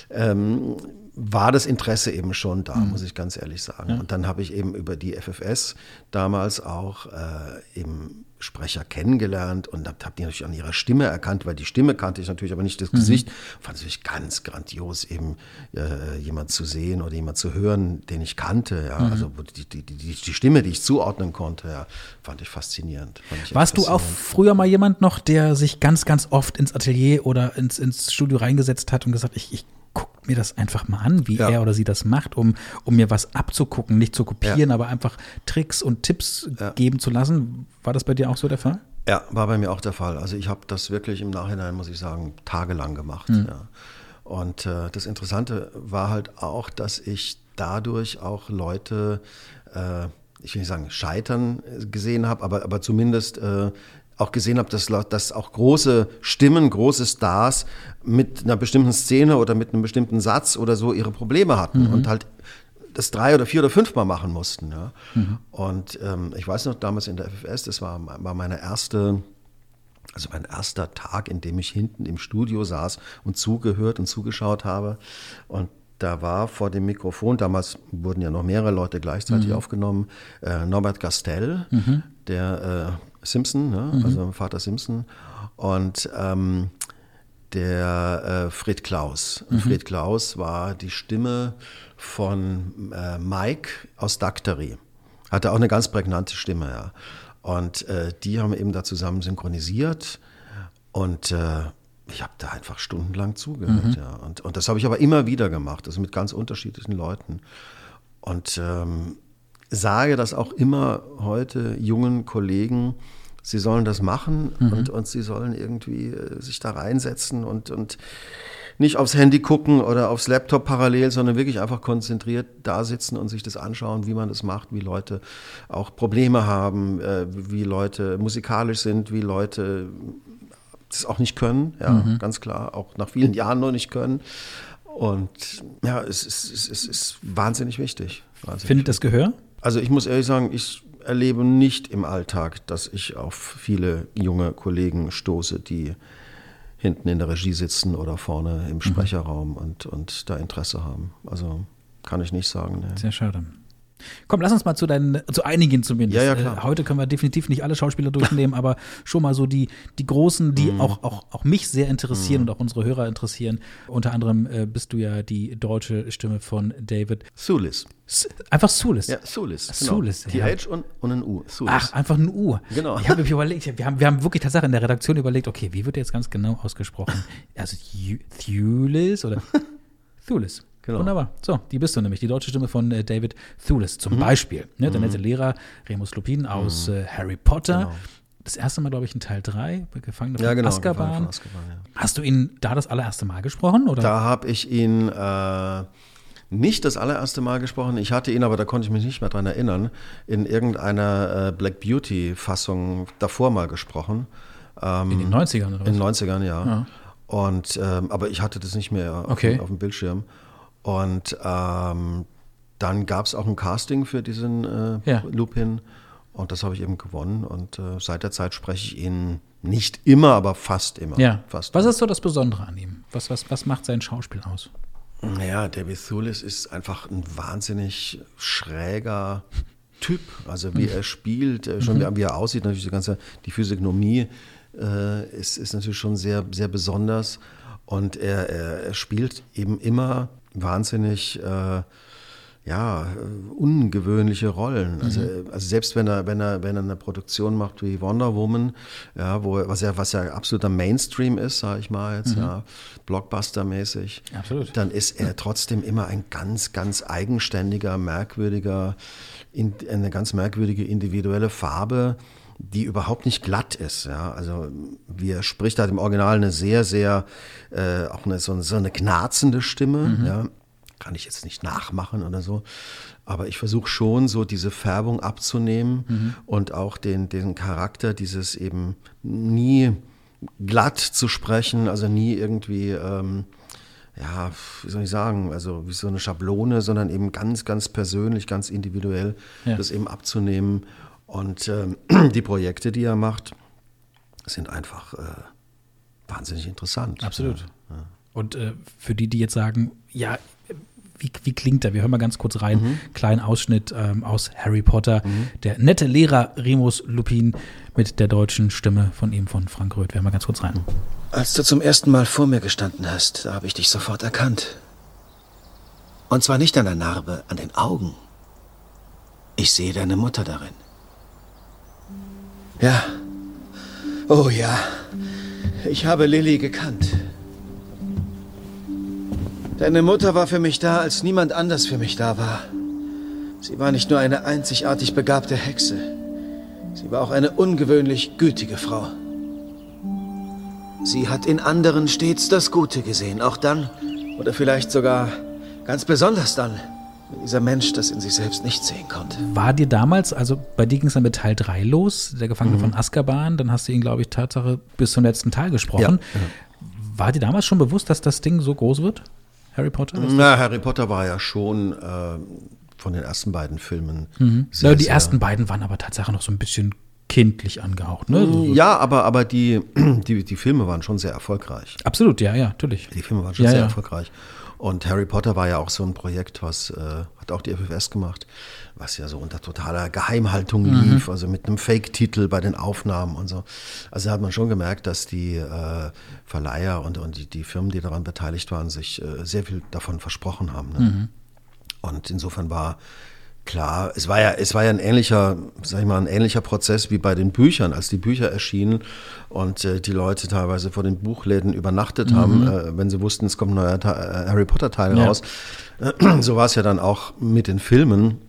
Speaker 4: ähm, war das Interesse eben schon da, mhm. muss ich ganz ehrlich sagen. Ja. Und dann habe ich eben über die F F S damals auch äh, eben Sprecher kennengelernt und habe die natürlich an ihrer Stimme erkannt, weil die Stimme kannte ich natürlich, aber nicht das mhm. Gesicht. Fand es natürlich ganz grandios, eben äh, jemand zu sehen oder jemand zu hören, den ich kannte. Ja. Mhm. Also die, die, die, die Stimme, die ich zuordnen konnte, ja, fand ich faszinierend. Fand ich
Speaker 5: Warst du auch früher mal jemand noch, der sich ganz, ganz oft ins Atelier oder ins, ins Studio reingesetzt hat und gesagt, ich, ich guck mir das einfach mal an, wie ja. er oder sie das macht, um, um mir was abzugucken, nicht zu kopieren, ja. aber einfach Tricks und Tipps ja. geben zu lassen. War das bei dir auch so der Fall?
Speaker 4: Ja, war bei mir auch der Fall. Also ich habe das wirklich im Nachhinein, muss ich sagen, tagelang gemacht. Mhm. Ja. Und äh, das Interessante war halt auch, dass ich dadurch auch Leute, äh, ich will nicht sagen scheitern gesehen habe, aber, aber zumindest äh, auch gesehen habe, dass, dass auch große Stimmen, große Stars mit einer bestimmten Szene oder mit einem bestimmten Satz oder so ihre Probleme hatten mhm. und halt das drei oder vier oder fünfmal machen mussten. Ja. Mhm. Und ähm, ich weiß noch, damals in der F F S, das war, war meine erste, also mein erster Tag, in dem ich hinten im Studio saß und zugehört und zugeschaut habe. Und da war vor dem Mikrofon, damals wurden ja noch mehrere Leute gleichzeitig mhm. aufgenommen, äh, Norbert Gastel, mhm. der äh, Simpson, ne? mhm. also Vater Simpson, und ähm, der äh, Fred Klaus. Mhm. Fred Klaus war die Stimme von äh, Mike aus Daktari. Hatte auch eine ganz prägnante Stimme, ja. Und äh, die haben eben da zusammen synchronisiert und äh, ich habe da einfach stundenlang zugehört. Mhm. Ja. Und, und das habe ich aber immer wieder gemacht, also mit ganz unterschiedlichen Leuten. Und ähm, sage das auch immer heute jungen Kollegen, sie sollen das machen mhm. und, und sie sollen irgendwie äh, sich da reinsetzen und, und nicht aufs Handy gucken oder aufs Laptop parallel, sondern wirklich einfach konzentriert da sitzen und sich das anschauen, wie man das macht, wie Leute auch Probleme haben, äh, wie Leute musikalisch sind, wie Leute das auch nicht können, ja, mhm. ganz klar, auch nach vielen Jahren noch nicht können. Und ja, es ist, es ist, es ist wahnsinnig wichtig. Wahnsinnig
Speaker 5: Findet das Gehör?
Speaker 4: Also ich muss ehrlich sagen, ich erlebe nicht im Alltag, dass ich auf viele junge Kollegen stoße, die hinten in der Regie sitzen oder vorne im Sprecherraum mhm. und, und da Interesse haben. Also kann ich nicht sagen. Nee.
Speaker 5: Sehr schade. Komm, lass uns mal zu deinen, zu einigen zumindest.
Speaker 4: Ja, ja, klar.
Speaker 5: Äh, heute können wir definitiv nicht alle Schauspieler durchnehmen, aber schon mal so die, die großen, die mm. auch, auch, auch mich sehr interessieren mm. und auch unsere Hörer interessieren. Unter anderem äh, bist du ja die deutsche Stimme von David
Speaker 4: Thewlis.
Speaker 5: S- einfach Thewlis.
Speaker 4: Ja, Thewlis.
Speaker 5: Genau. Thewlis.
Speaker 4: T H und, und ein U. Thewlis.
Speaker 5: Ach, einfach ein U.
Speaker 4: Genau.
Speaker 5: Ich habe mir überlegt, wir haben, wir haben wirklich tatsächlich in der Redaktion überlegt, okay, wie wird der jetzt ganz genau ausgesprochen? Also Thewlis oder Thewlis. Genau. Wunderbar. So, die bist du nämlich, die deutsche Stimme von äh, David Thewlis zum mhm. Beispiel. Ne, der mhm. nette Lehrer Remus Lupin aus mhm. äh, Harry Potter. Genau. Das erste Mal, glaube ich, in Teil drei, Gefangene von
Speaker 4: ja, genau,
Speaker 5: Azkaban.
Speaker 4: Von Azkaban ja.
Speaker 5: Hast du ihn da das allererste Mal gesprochen? Oder?
Speaker 4: Da habe ich ihn äh, nicht das allererste Mal gesprochen. Ich hatte ihn, aber da konnte ich mich nicht mehr dran erinnern, in irgendeiner äh, Black Beauty-Fassung davor mal gesprochen. Ähm,
Speaker 5: in den neunzigern oder was?
Speaker 4: In den neunzigern, ja. ja. Und, ähm, aber ich hatte das nicht mehr
Speaker 5: okay.
Speaker 4: auf, auf dem Bildschirm. Und ähm, dann gab es auch ein Casting für diesen äh, ja. Lupin und das habe ich eben gewonnen und äh, seit der Zeit spreche ich ihn nicht immer, aber fast immer.
Speaker 5: Ja.
Speaker 4: Fast
Speaker 5: was
Speaker 4: immer.
Speaker 5: ist so das Besondere an ihm? Was, was, was macht sein Schauspiel aus?
Speaker 4: Naja, David Thewlis ist einfach ein wahnsinnig schräger Typ, also wie mhm. er spielt, äh, schon mhm. wie er aussieht, natürlich die ganze, die Physiognomie äh, ist, ist natürlich schon sehr, sehr besonders und er, er, er spielt eben immer wahnsinnig äh, ja, ungewöhnliche Rollen. Also, mhm. also selbst wenn er, wenn er, wenn er eine Produktion macht wie Wonder Woman, ja, wo, was ja, was ja absoluter Mainstream ist, sage ich mal jetzt, mhm. ja, Blockbuster-mäßig,
Speaker 5: absolut.
Speaker 4: Dann ist er trotzdem immer ein ganz, ganz eigenständiger, merkwürdiger, in, eine ganz merkwürdige individuelle Farbe, die überhaupt nicht glatt ist. Ja? Also wie er spricht, hat im Original eine sehr, sehr, äh, auch eine, so, so eine knarzende Stimme. Mhm. Ja? Kann ich jetzt nicht nachmachen oder so. Aber ich versuche schon, so diese Färbung abzunehmen mhm. und auch den, den Charakter, dieses eben nie glatt zu sprechen, also nie irgendwie, ähm, ja, wie soll ich sagen, also wie so eine Schablone, sondern eben ganz, ganz persönlich, ganz individuell ja. das eben abzunehmen. Und ähm, die Projekte, die er macht, sind einfach äh, wahnsinnig interessant.
Speaker 5: Absolut.
Speaker 4: Ja, ja.
Speaker 5: Und äh, für die, die jetzt sagen, ja, wie, wie klingt er? Wir hören mal ganz kurz rein. Mhm. Kleinen Ausschnitt ähm, aus Harry Potter. Mhm. Der nette Lehrer Remus Lupin mit der deutschen Stimme von ihm, von Frank Röth. Wir hören mal ganz kurz rein.
Speaker 6: Als du zum ersten Mal vor mir gestanden hast, da habe ich dich sofort erkannt. Und zwar nicht an der Narbe, an den Augen. Ich sehe deine Mutter darin. Ja. Oh ja. Ich habe Lily gekannt. Deine Mutter war für mich da, als niemand anders für mich da war. Sie war nicht nur eine einzigartig begabte Hexe. Sie war auch eine ungewöhnlich gütige Frau. Sie hat in anderen stets das Gute gesehen, auch dann, Oder vielleicht sogar ganz besonders dann, wenn dieser Mensch das in sich selbst nicht sehen konnte.
Speaker 5: War dir damals, also bei dir ging es dann mit Teil drei los, der Gefangene mhm. von Azkaban, dann hast du ihn, glaube ich, Tatsache bis zum letzten Teil gesprochen. Ja, ja. War dir damals schon bewusst, dass das Ding so groß wird, Harry Potter?
Speaker 4: Na, Harry Potter war ja schon äh, von den ersten beiden Filmen
Speaker 5: mhm. sehr, ja, die sehr ersten beiden waren aber Tatsache noch so ein bisschen kindlich angehaucht, ne? So,
Speaker 4: ja, aber, aber die, die, die Filme waren schon sehr erfolgreich.
Speaker 5: Absolut, ja, ja, natürlich.
Speaker 4: Die Filme waren schon
Speaker 5: ja,
Speaker 4: sehr
Speaker 5: ja.
Speaker 4: erfolgreich. Und Harry Potter war ja auch so ein Projekt, was äh, hat auch die F F S gemacht, was ja so unter totaler Geheimhaltung
Speaker 5: mhm.
Speaker 4: lief, also mit einem Fake-Titel bei den Aufnahmen und so. Also hat man schon gemerkt, dass die äh, Verleiher und, und die, die Firmen, die daran beteiligt waren, sich äh, sehr viel davon versprochen haben. Ne?
Speaker 5: Mhm.
Speaker 4: Und insofern war klar, es war ja, es war ja ein ähnlicher, sag ich mal, ein ähnlicher Prozess wie bei den Büchern, als die Bücher erschienen und äh, die Leute teilweise vor den Buchläden übernachtet mhm. haben, äh, wenn sie wussten, es kommt ein neuer Ta- Harry Potter Teil ja. raus. So war es ja dann auch mit den Filmen,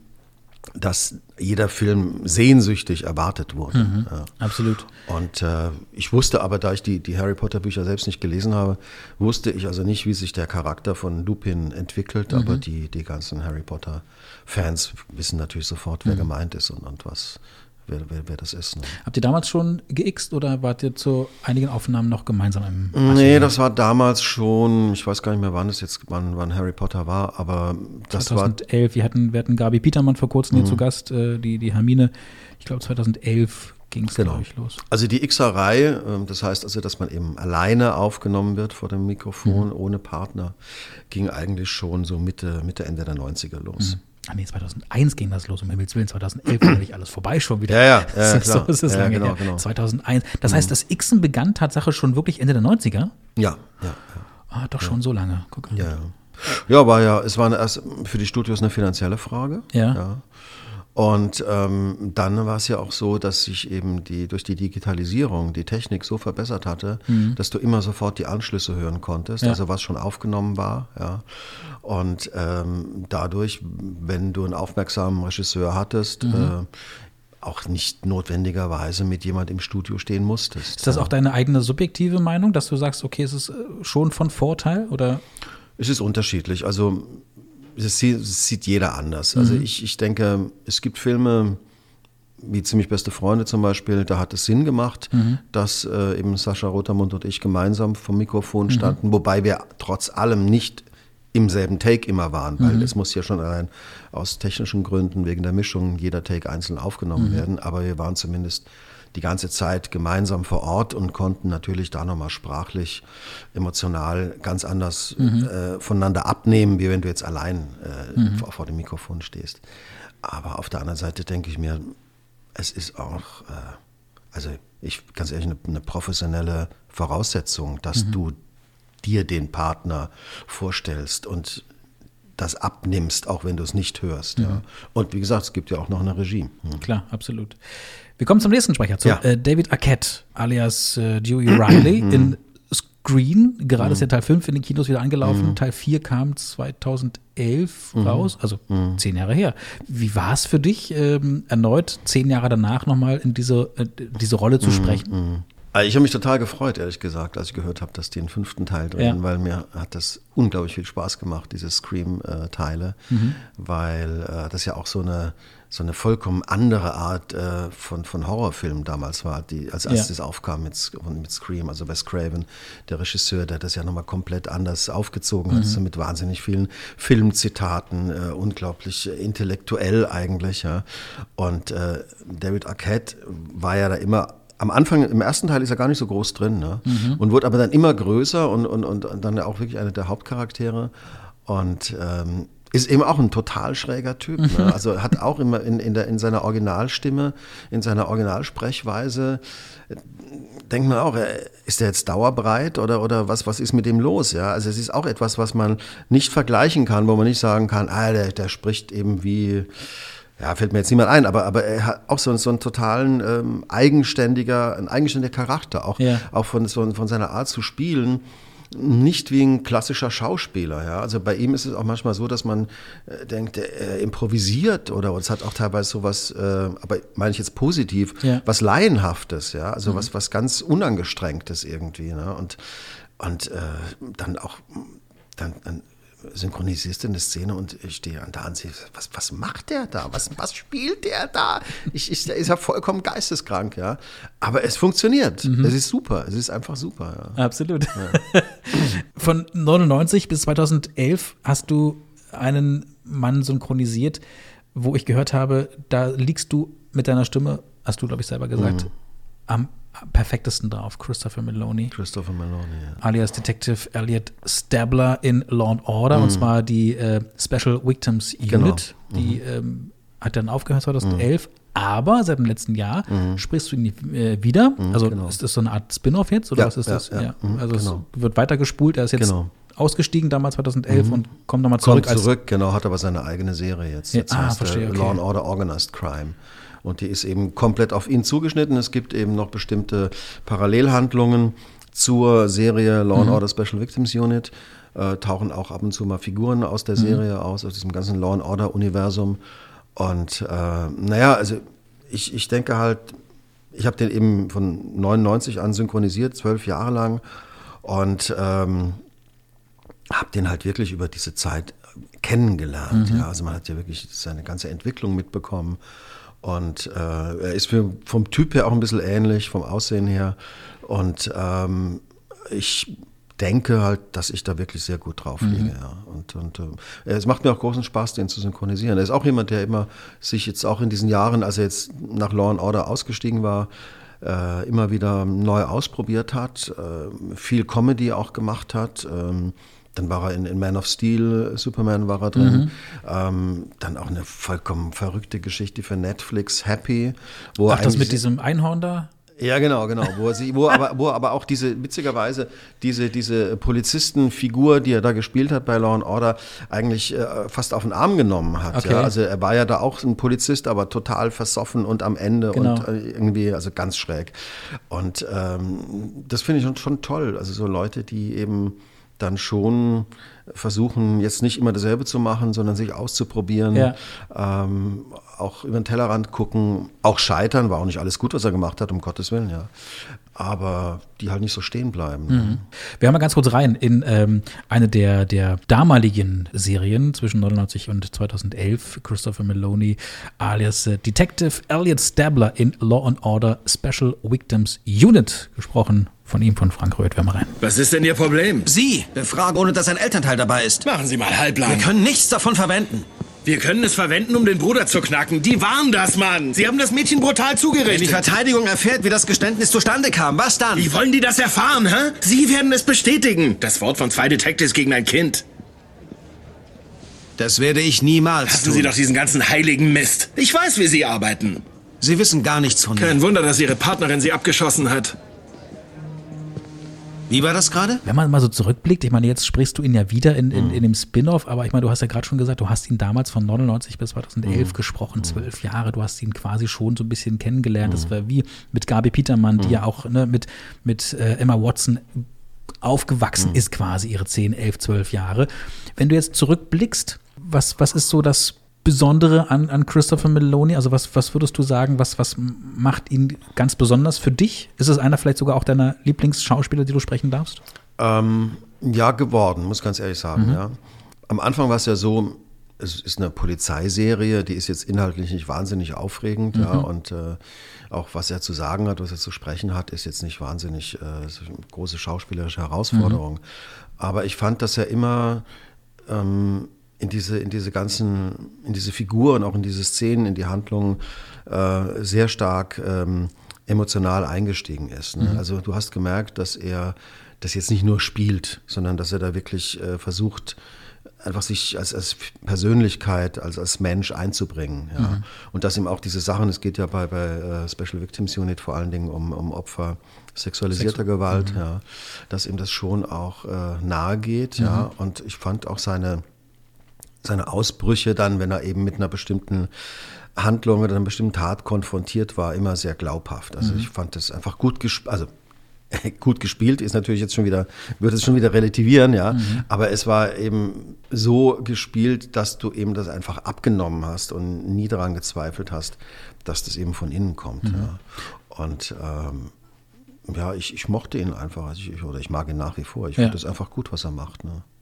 Speaker 4: dass jeder Film sehnsüchtig erwartet wurde.
Speaker 5: Mhm,
Speaker 4: ja.
Speaker 5: Absolut.
Speaker 4: Und äh, ich wusste aber, da ich die, die Harry Potter Bücher selbst nicht gelesen habe, wusste ich also nicht, wie sich der Charakter von Lupin entwickelt, mhm. aber die, die ganzen Harry Potter Fans wissen natürlich sofort, wer mhm. gemeint ist und, und was, wer, wer, wer das ist. Ne?
Speaker 5: Habt ihr damals schon geixt oder wart ihr zu einigen Aufnahmen noch gemeinsam im
Speaker 4: Archiv? Nee, das war damals schon, ich weiß gar nicht mehr, wann es jetzt, wann, wann Harry Potter war, aber das
Speaker 5: zweitausendelf,
Speaker 4: war...
Speaker 5: wir hatten, wir hatten Gabi Petermann vor kurzem mhm. hier zu Gast, äh, die, die Hermine, ich glaube zweitausendelf ging es,
Speaker 4: genau.
Speaker 5: glaube ich, los.
Speaker 4: Also die Xerei, das heißt also, dass man eben alleine aufgenommen wird vor dem Mikrofon, mhm. ohne Partner, ging eigentlich schon so Mitte, Mitte Ende der neunziger los.
Speaker 5: Mhm. Ah nee, zweitausendeins ging das los, um Himmels Willen, zweitausendelf war nicht alles vorbei schon wieder.
Speaker 4: Ja, ja, ja, ja
Speaker 5: so ist es
Speaker 4: ja,
Speaker 5: lange
Speaker 4: genau,
Speaker 5: her.
Speaker 4: genau.
Speaker 5: zweitausendeins. Das heißt, das Xen begann Tatsache schon wirklich Ende der neunziger?
Speaker 4: Ja, ja. ja.
Speaker 5: Ah, doch
Speaker 4: ja.
Speaker 5: schon so lange. Guck an.
Speaker 4: Ja, ja. Ja, war ja, es war erst für die Studios eine finanzielle Frage.
Speaker 5: Ja.
Speaker 4: ja. Und ähm, dann war es ja auch so, dass sich eben die durch die Digitalisierung die Technik so verbessert hatte, mhm. dass du immer sofort die Anschlüsse hören konntest, ja. also was schon aufgenommen war. Ja. Und ähm, dadurch, wenn du einen aufmerksamen Regisseur hattest, mhm. äh, auch nicht notwendigerweise mit jemand im Studio stehen musstest.
Speaker 5: Ist das auch deine eigene subjektive Meinung, dass du sagst, okay, es ist schon von Vorteil? Oder?
Speaker 4: Es ist unterschiedlich. Also das sieht jeder anders. Also
Speaker 5: mhm.
Speaker 4: ich, ich denke, es gibt Filme, wie Ziemlich beste Freunde zum Beispiel, da hat es Sinn gemacht, mhm. dass äh, eben Sascha Rotermund und ich gemeinsam vom Mikrofon standen, mhm. wobei wir trotz allem nicht im selben Take immer waren, weil mhm. es muss ja schon allein aus technischen Gründen, wegen der Mischung, jeder Take einzeln aufgenommen mhm. werden, aber wir waren zumindest die ganze Zeit gemeinsam vor Ort und konnten natürlich da nochmal sprachlich, emotional ganz anders mhm. äh, voneinander abnehmen, wie wenn du jetzt allein äh, mhm. vor, vor dem Mikrofon stehst. Aber auf der anderen Seite denke ich mir, es ist auch, äh, also ich ganz ehrlich, eine, eine professionelle Voraussetzung, dass mhm. du dir den Partner vorstellst und das abnimmst, auch wenn du es nicht hörst. Mhm. Ja. Und wie gesagt, es gibt ja auch noch eine Regie. Mhm.
Speaker 5: Klar, absolut. Wir kommen zum nächsten Sprecher, zu
Speaker 4: ja.
Speaker 5: äh, David Arquette, alias äh, Dewey Riley in Screen. Gerade mhm. ist ja Teil fünf in den Kinos wieder angelaufen. Mhm. Teil vier kam zweitausendelf mhm. raus, also mhm. zehn Jahre her. Wie war es für dich, ähm, erneut zehn Jahre danach nochmal in diese, äh, diese Rolle zu
Speaker 4: mhm.
Speaker 5: sprechen?
Speaker 4: Mhm. Ich habe mich total gefreut, ehrlich gesagt, als ich gehört habe, dass die einen fünften Teil drehen, ja. weil mir hat das unglaublich viel Spaß gemacht, diese Scream-Teile, mhm. weil äh, das ja auch so eine, so eine vollkommen andere Art äh, von, von Horrorfilm damals war, die als erstes ja. aufkam mit, mit Scream, also Wes Craven, der Regisseur, der das ja nochmal komplett anders aufgezogen hat, mhm. so mit wahnsinnig vielen Filmzitaten, äh, unglaublich intellektuell eigentlich, ja. Und äh, David Arquette war ja da immer am Anfang, im ersten Teil ist er gar nicht so groß drin, ne? Mhm. Und wurde aber dann immer größer und, und, und dann auch wirklich einer der Hauptcharaktere und ähm, ist eben auch ein total schräger Typ. Ne? Mhm. Also hat auch immer in, in, der, in seiner Originalstimme, in seiner Originalsprechweise, denkt man auch, ist der jetzt dauerbreit oder, oder was, was ist mit dem los? Ja? Also es ist auch etwas, was man nicht vergleichen kann, wo man nicht sagen kann, ah, der, der spricht eben wie... Ja, fällt mir jetzt niemand ein, aber, aber er hat auch so, so einen totalen ähm, eigenständiger, ein eigenständiger Charakter, auch, ja. auch von, so, von seiner Art zu spielen, nicht wie ein klassischer Schauspieler. Ja? Also bei ihm ist es auch manchmal so, dass man äh, denkt, er improvisiert oder es hat auch teilweise sowas, äh, aber meine ich jetzt positiv, ja. was Laienhaftes, ja, also mhm. was, was ganz Unangestrengtes irgendwie. Ne? Und, und äh, dann auch dann, dann synchronisierst du eine Szene und ich stehe da und sehe, was, was macht der da? Was, was spielt der da? Ich, ich, der ist ja vollkommen geisteskrank, ja. Aber es funktioniert. Mhm. Es ist super. Es ist einfach super. Ja.
Speaker 5: Absolut. Ja. Von neunundneunzig bis zweitausendelf hast du einen Mann synchronisiert, wo ich gehört habe, da liegst du mit deiner Stimme, hast du, glaube ich, selber gesagt, mhm. am perfektesten drauf, Christopher Meloni.
Speaker 4: Christopher Meloni, ja.
Speaker 5: Alias Detective Elliot Stabler in Law and Order, mhm. und zwar die äh, Special Victims Unit. Genau. Die mhm. ähm, hat dann aufgehört zweitausendelf, mhm. aber seit dem letzten Jahr mhm. sprichst du ihn äh, wieder. Mhm, also genau. Ist das so eine Art Spin-off jetzt? Oder
Speaker 4: ja,
Speaker 5: was ist
Speaker 4: ja,
Speaker 5: das?
Speaker 4: Ja,
Speaker 5: ja.
Speaker 4: Mhm,
Speaker 5: also
Speaker 4: genau.
Speaker 5: es wird weitergespult, er ist jetzt
Speaker 4: genau.
Speaker 5: ausgestiegen damals zweitausendelf mhm. und kommt nochmal zurück.
Speaker 4: Kommt zurück, genau, hat aber seine eigene Serie jetzt.
Speaker 5: Ja,
Speaker 4: jetzt
Speaker 5: ah,
Speaker 4: heißt
Speaker 5: verstehe, okay.
Speaker 4: Law and Order Organized Crime. Und die ist eben komplett auf ihn zugeschnitten. Es gibt eben noch bestimmte Parallelhandlungen zur Serie Law and
Speaker 5: mhm.
Speaker 4: Order Special Victims Unit. Äh, tauchen auch ab und zu mal Figuren aus der Serie mhm. aus, aus diesem ganzen Law and Order Universum. Und äh, naja, also ich, ich denke halt, ich habe den eben von neunundneunzig an synchronisiert, zwölf Jahre lang. Und ähm, habe den halt wirklich über diese Zeit kennengelernt. Mhm. Ja, also man hat ja wirklich seine ganze Entwicklung mitbekommen. Und äh, er ist für, vom Typ her auch ein bisschen ähnlich, vom Aussehen her. Und ähm, ich denke halt, dass ich da wirklich sehr gut drauf liege. Mhm. Ja. Und, und äh, es macht mir auch großen Spaß, den zu synchronisieren. Er ist auch jemand, der immer sich jetzt auch in diesen Jahren, als er jetzt nach Law and Order ausgestiegen war, äh, immer wieder neu ausprobiert hat, äh, viel Comedy auch gemacht hat. Ähm, Dann war er in, in Man of Steel, Superman war er drin. Mhm. Ähm, dann auch eine vollkommen verrückte Geschichte für Netflix, Happy. Wo
Speaker 5: Ach, das mit diesem Einhorn da?
Speaker 4: Ja, genau, genau. Wo er, sie, wo, aber, wo er aber auch diese, witzigerweise, diese, diese Polizistenfigur, die er da gespielt hat bei Law and Order, eigentlich äh, fast auf den Arm genommen hat.
Speaker 5: Okay.
Speaker 4: Ja? Also er war ja da auch ein Polizist, aber total versoffen und am Ende
Speaker 5: genau.
Speaker 4: und äh, irgendwie, also ganz schräg. Und ähm, das finde ich schon, schon toll. Also so Leute, die eben dann schon versuchen, jetzt nicht immer dasselbe zu machen, sondern sich auszuprobieren,
Speaker 5: ja.
Speaker 4: ähm, auch über den Tellerrand gucken, auch scheitern, war auch nicht alles gut, was er gemacht hat, um Gottes Willen, ja. Aber die halt nicht so stehen bleiben.
Speaker 5: Mhm. Wir haben mal ganz kurz rein in ähm, eine der, der damaligen Serien zwischen neunundneunzig und zweitausendelf, Christopher Meloni alias äh, Detective Elliot Stabler in Law and Order Special Victims Unit, gesprochen von ihm, von Frank Röth. Wir mal rein.
Speaker 7: Was ist denn Ihr Problem?
Speaker 6: Sie befragen, ohne dass ein Elternteil dabei ist.
Speaker 7: Machen Sie mal halblang.
Speaker 6: Wir können nichts davon verwenden.
Speaker 7: Wir können es verwenden, um den Bruder zu knacken. Die waren das, Mann. Sie haben das Mädchen brutal zugerichtet.
Speaker 6: Wenn die Verteidigung erfährt, wie das Geständnis zustande kam, was dann?
Speaker 7: Wie wollen die das erfahren, hä? Sie werden es bestätigen. Das Wort von zwei Detectives gegen ein Kind.
Speaker 6: Das werde ich niemals
Speaker 7: Lassen
Speaker 6: tun.
Speaker 7: Sie doch diesen ganzen heiligen Mist. Ich weiß, wie Sie arbeiten.
Speaker 6: Sie wissen gar nichts von mir.
Speaker 7: Kein Wunder, dass Ihre Partnerin Sie abgeschossen hat.
Speaker 6: Wie war das gerade?
Speaker 5: Wenn man mal so zurückblickt, ich meine, jetzt sprichst du ihn ja wieder in, in, in dem Spin-off, aber ich meine, du hast ja gerade schon gesagt, du hast ihn damals von neunundneunzig bis zweitausendelf mhm. gesprochen, zwölf Jahre, du hast ihn quasi schon so ein bisschen kennengelernt. Das war wie mit Gabi Petermann, die ja auch ne, mit, mit äh, Emma Watson aufgewachsen mhm. ist, quasi ihre zehn, elf, zwölf Jahre. Wenn du jetzt zurückblickst, was, was ist so das Besondere an, an Christopher Meloni? Also was, was würdest du sagen, was, was macht ihn ganz besonders für dich? Ist es einer vielleicht sogar auch deiner Lieblingsschauspieler, die du sprechen darfst?
Speaker 4: Ähm, ja, geworden, muss ganz ehrlich sagen. Mhm. Ja. Am Anfang war es ja so, es ist eine Polizeiserie, die ist jetzt inhaltlich nicht wahnsinnig aufregend. Mhm. Ja, und äh, auch was er zu sagen hat, was er zu sprechen hat, ist jetzt nicht wahnsinnig äh, eine große schauspielerische Herausforderung. Mhm. Aber ich fand, dass er immer ähm, in diese, in diese ganzen, in diese Figuren, auch in diese Szenen, in die Handlungen äh, sehr stark ähm, emotional eingestiegen ist. Ne? Mhm. Also du hast gemerkt, dass er das jetzt nicht nur spielt, sondern dass er da wirklich äh, versucht, einfach sich als, als Persönlichkeit, als, als Mensch einzubringen. Ja? Mhm. Und dass ihm auch diese Sachen, es geht ja bei, bei äh, Special Victims Unit vor allen Dingen um, um Opfer sexualisierter Sexu- Gewalt, mhm. ja, dass ihm das schon auch äh, nahe geht. Mhm. Ja? Und ich fand auch seine seine Ausbrüche dann, wenn er eben mit einer bestimmten Handlung oder einer bestimmten Tat konfrontiert war, immer sehr glaubhaft. Also mhm. ich fand das einfach gut gespielt, also gut gespielt ist natürlich jetzt schon wieder, würde es schon wieder relativieren, ja, mhm. aber es war eben so gespielt, dass du eben das einfach abgenommen hast und nie daran gezweifelt hast, dass das eben von innen kommt. Mhm. Ja. Und ähm, ja, ich, ich mochte ihn einfach, also ich, oder ich mag ihn nach wie vor. Ich
Speaker 5: ja.
Speaker 4: finde das einfach gut, was er macht, ne?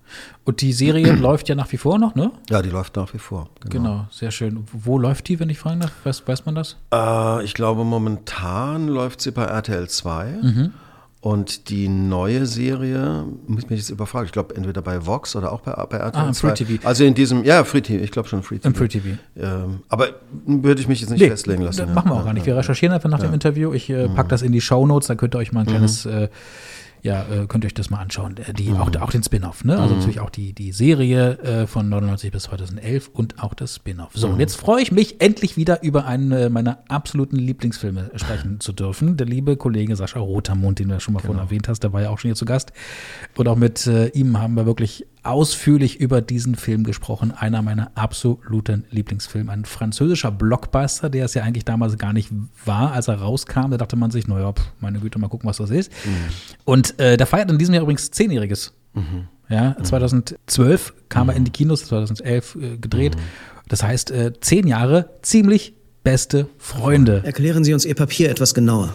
Speaker 5: Und die Serie läuft ja nach wie vor noch, ne?
Speaker 4: Ja, die läuft nach wie vor.
Speaker 5: Genau, genau, sehr schön. Wo läuft die, wenn ich fragen darf? Weiß, weiß man das?
Speaker 4: Äh, ich glaube, momentan läuft sie bei R T L zwei. Mhm. Und die neue Serie, muss ich mich jetzt überfragen, ich glaube entweder bei Vox oder auch bei, bei R T L zwei.
Speaker 5: Ah, Free T V.
Speaker 4: Also in diesem, ja, Free T V, ich glaube schon Free T V.
Speaker 5: Im Free T V.
Speaker 4: Ähm, aber würde ich mich jetzt nicht nee, festlegen lassen.
Speaker 5: Das machen wir auch gar nicht. Wir recherchieren einfach nach ja. dem Interview. Ich äh, packe das in die Shownotes, da könnt ihr euch mal ein kleines... Mhm. Äh, Ja, äh, könnt ihr euch das mal anschauen. Die, mhm. auch, auch den Spin-Off, ne? Also mhm. natürlich auch die, die Serie äh, von neunundneunzig bis zweitausendelf und auch das Spin-Off. So, mhm. und jetzt freue ich mich, endlich wieder über einen äh, meiner absoluten Lieblingsfilme sprechen zu dürfen. Der liebe Kollege Sascha Rotermund, den du ja schon mal genau. vorhin erwähnt hast, der war ja auch schon hier zu Gast. Und auch mit äh, ihm haben wir wirklich ausführlich über diesen Film gesprochen. Einer meiner absoluten Lieblingsfilme. Ein französischer Blockbuster, der es ja eigentlich damals gar nicht war, als er rauskam. Da dachte man sich, naja, meine Güte, mal gucken, was das ist. Mhm. Und äh, der feiert in diesem Jahr übrigens Zehnjähriges. Mhm. Ja, zweitausendzwölf mhm. kam er in die Kinos, zweitausendelf äh, gedreht. Mhm. Das heißt, äh, zehn Jahre, ziemlich beste Freunde.
Speaker 8: Erklären Sie uns Ihr Papier etwas genauer.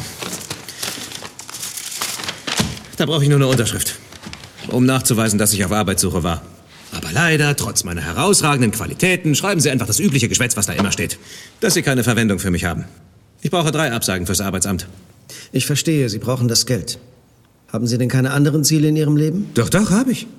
Speaker 8: Da brauche ich nur eine Unterschrift, um nachzuweisen, dass ich auf Arbeitssuche war. Aber leider, trotz meiner herausragenden Qualitäten, schreiben Sie einfach das übliche Geschwätz, was da immer steht. Dass Sie keine Verwendung für mich haben. Ich brauche drei Absagen fürs Arbeitsamt. Ich verstehe, Sie brauchen das Geld. Haben Sie denn keine anderen Ziele in Ihrem Leben? Doch, doch, habe ich.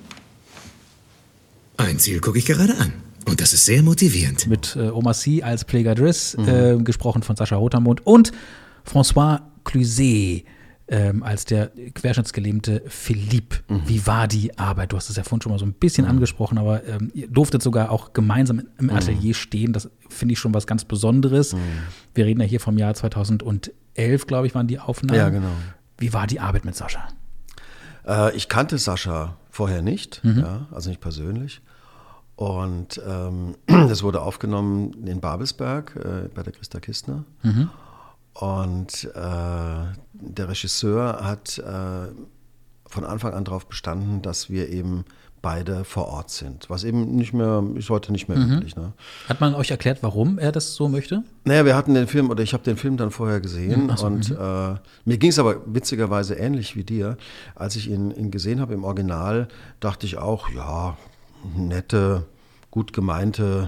Speaker 8: Ein Ziel gucke ich gerade an. Und das ist sehr motivierend.
Speaker 5: Mit äh, Omar Sy als Pléga Driss, mhm. äh, gesprochen von Sascha Rotermund, und François Cluzet ähm, als der querschnittsgelähmte Philippe. Mhm. Wie war die Arbeit? Du hast es ja vorhin schon mal so ein bisschen mhm. angesprochen, aber ähm, ihr durftet sogar auch gemeinsam im Atelier mhm. stehen. Das finde ich schon was ganz Besonderes. Mhm. Wir reden ja hier vom Jahr zweitausendelf, glaube ich, waren die Aufnahmen.
Speaker 4: Ja, genau.
Speaker 5: Wie war die Arbeit mit Sascha?
Speaker 4: Äh, ich kannte Sascha vorher nicht, mhm. ja, also nicht persönlich. Und ähm, das wurde aufgenommen in Babelsberg äh, bei der Christa Kistner. Mhm. Und äh, der Regisseur hat äh, von Anfang an darauf bestanden, dass wir eben beide vor Ort sind. Was eben nicht mehr, ist heute nicht mehr
Speaker 5: mhm.
Speaker 4: üblich. Ne?
Speaker 5: Hat man euch erklärt, warum er das so möchte?
Speaker 4: Naja, wir hatten den Film, oder ich habe den Film dann vorher gesehen. Mhm. So, und mhm. äh, mir ging es aber witzigerweise ähnlich wie dir. Als ich ihn, ihn gesehen habe im Original, dachte ich auch, ja, nette, gut gemeinte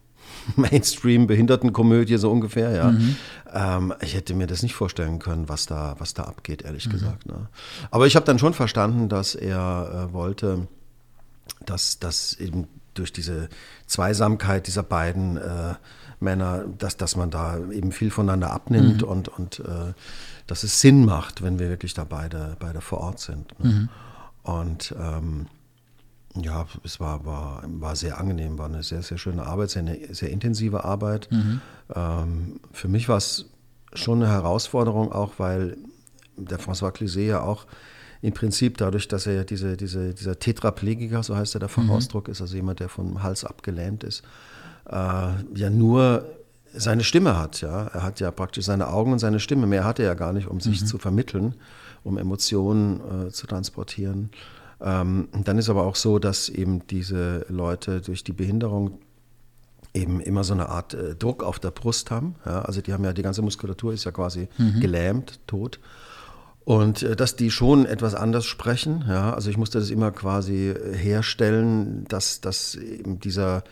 Speaker 4: Mainstream-Behindertenkomödie, so ungefähr, ja. Mhm. Ähm, ich hätte mir das nicht vorstellen können, was da, was da abgeht, ehrlich mhm. gesagt. Ne? Aber ich habe dann schon verstanden, dass er äh, wollte, dass, dass eben durch diese Zweisamkeit dieser beiden äh, Männer, dass, dass man da eben viel voneinander abnimmt mhm. und, und äh, dass es Sinn macht, wenn wir wirklich da beide, beide vor Ort sind. Ne? Mhm. Und ähm, ja, es war, war, war sehr angenehm, war eine sehr, sehr schöne Arbeit, sehr, eine, sehr intensive Arbeit. Mhm. Ähm, für mich war es schon eine Herausforderung, auch weil der François Cluzet ja auch im Prinzip dadurch, dass er diese, diese, dieser Tetraplegiker, so heißt er der Fachausdruck, mhm. ist, also jemand, der vom Hals abgelähmt ist, äh, ja nur seine Stimme hat. Ja? Er hat ja praktisch seine Augen und seine Stimme, mehr hat er ja gar nicht, um sich mhm. zu vermitteln, um Emotionen äh, zu transportieren. Ähm, dann ist aber auch so, dass eben diese Leute durch die Behinderung eben immer so eine Art äh, Druck auf der Brust haben. Ja? Also die haben ja, die ganze Muskulatur ist ja quasi mhm. gelähmt, tot. Und äh, dass die schon etwas anders sprechen. Ja? Also ich musste das immer quasi herstellen, dass, dass eben dieser,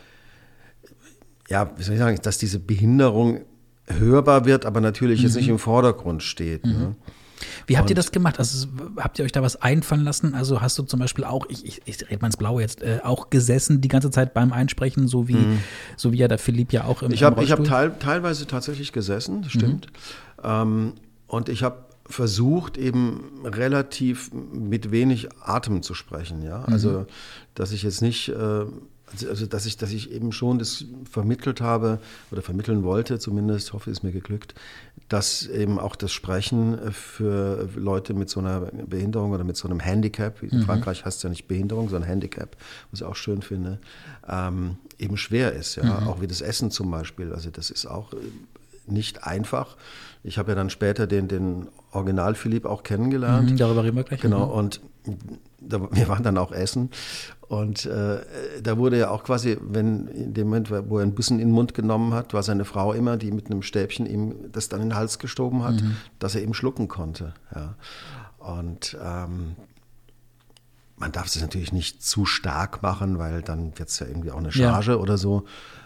Speaker 4: ja, wie soll ich sagen, dass diese Behinderung hörbar wird, aber natürlich mhm. jetzt nicht im Vordergrund steht. Mhm. Ne?
Speaker 5: Wie habt ihr das gemacht? Also habt ihr euch da was einfallen lassen? Also hast du zum Beispiel auch, ich, ich, ich rede mal ins Blaue jetzt, äh, auch gesessen die ganze Zeit beim Einsprechen, so wie, mhm. so wie ja der Philipp ja auch im
Speaker 4: Ich habe hab teil, teilweise tatsächlich gesessen, das stimmt. Mhm. Ähm, und ich habe versucht, eben relativ mit wenig Atem zu sprechen. Ja? Also, mhm. dass ich jetzt nicht, äh, also dass ich, dass ich eben schon das vermittelt habe oder vermitteln wollte, zumindest, ich hoffe, es ist mir geglückt, dass eben auch das Sprechen für Leute mit so einer Behinderung oder mit so einem Handicap, in mhm. Frankreich heißt es ja nicht Behinderung, sondern Handicap, was ich auch schön finde, ähm, eben schwer ist. Ja? Mhm. Auch wie das Essen zum Beispiel, also das ist auch nicht einfach. Ich habe ja dann später den, den Original Philipp auch kennengelernt.
Speaker 5: Mhm, darüber reden wir gleich.
Speaker 4: Genau, und da, wir waren dann auch essen. Und äh, da wurde ja auch quasi, wenn in dem Moment, wo er ein bisschen in den Mund genommen hat, war seine Frau immer, die mit einem Stäbchen ihm das dann in den Hals gestoben hat, mhm. dass er eben schlucken konnte. Ja. Und ähm, man darf es natürlich nicht zu stark machen, weil dann wird es ja irgendwie auch eine Charge ja. oder so.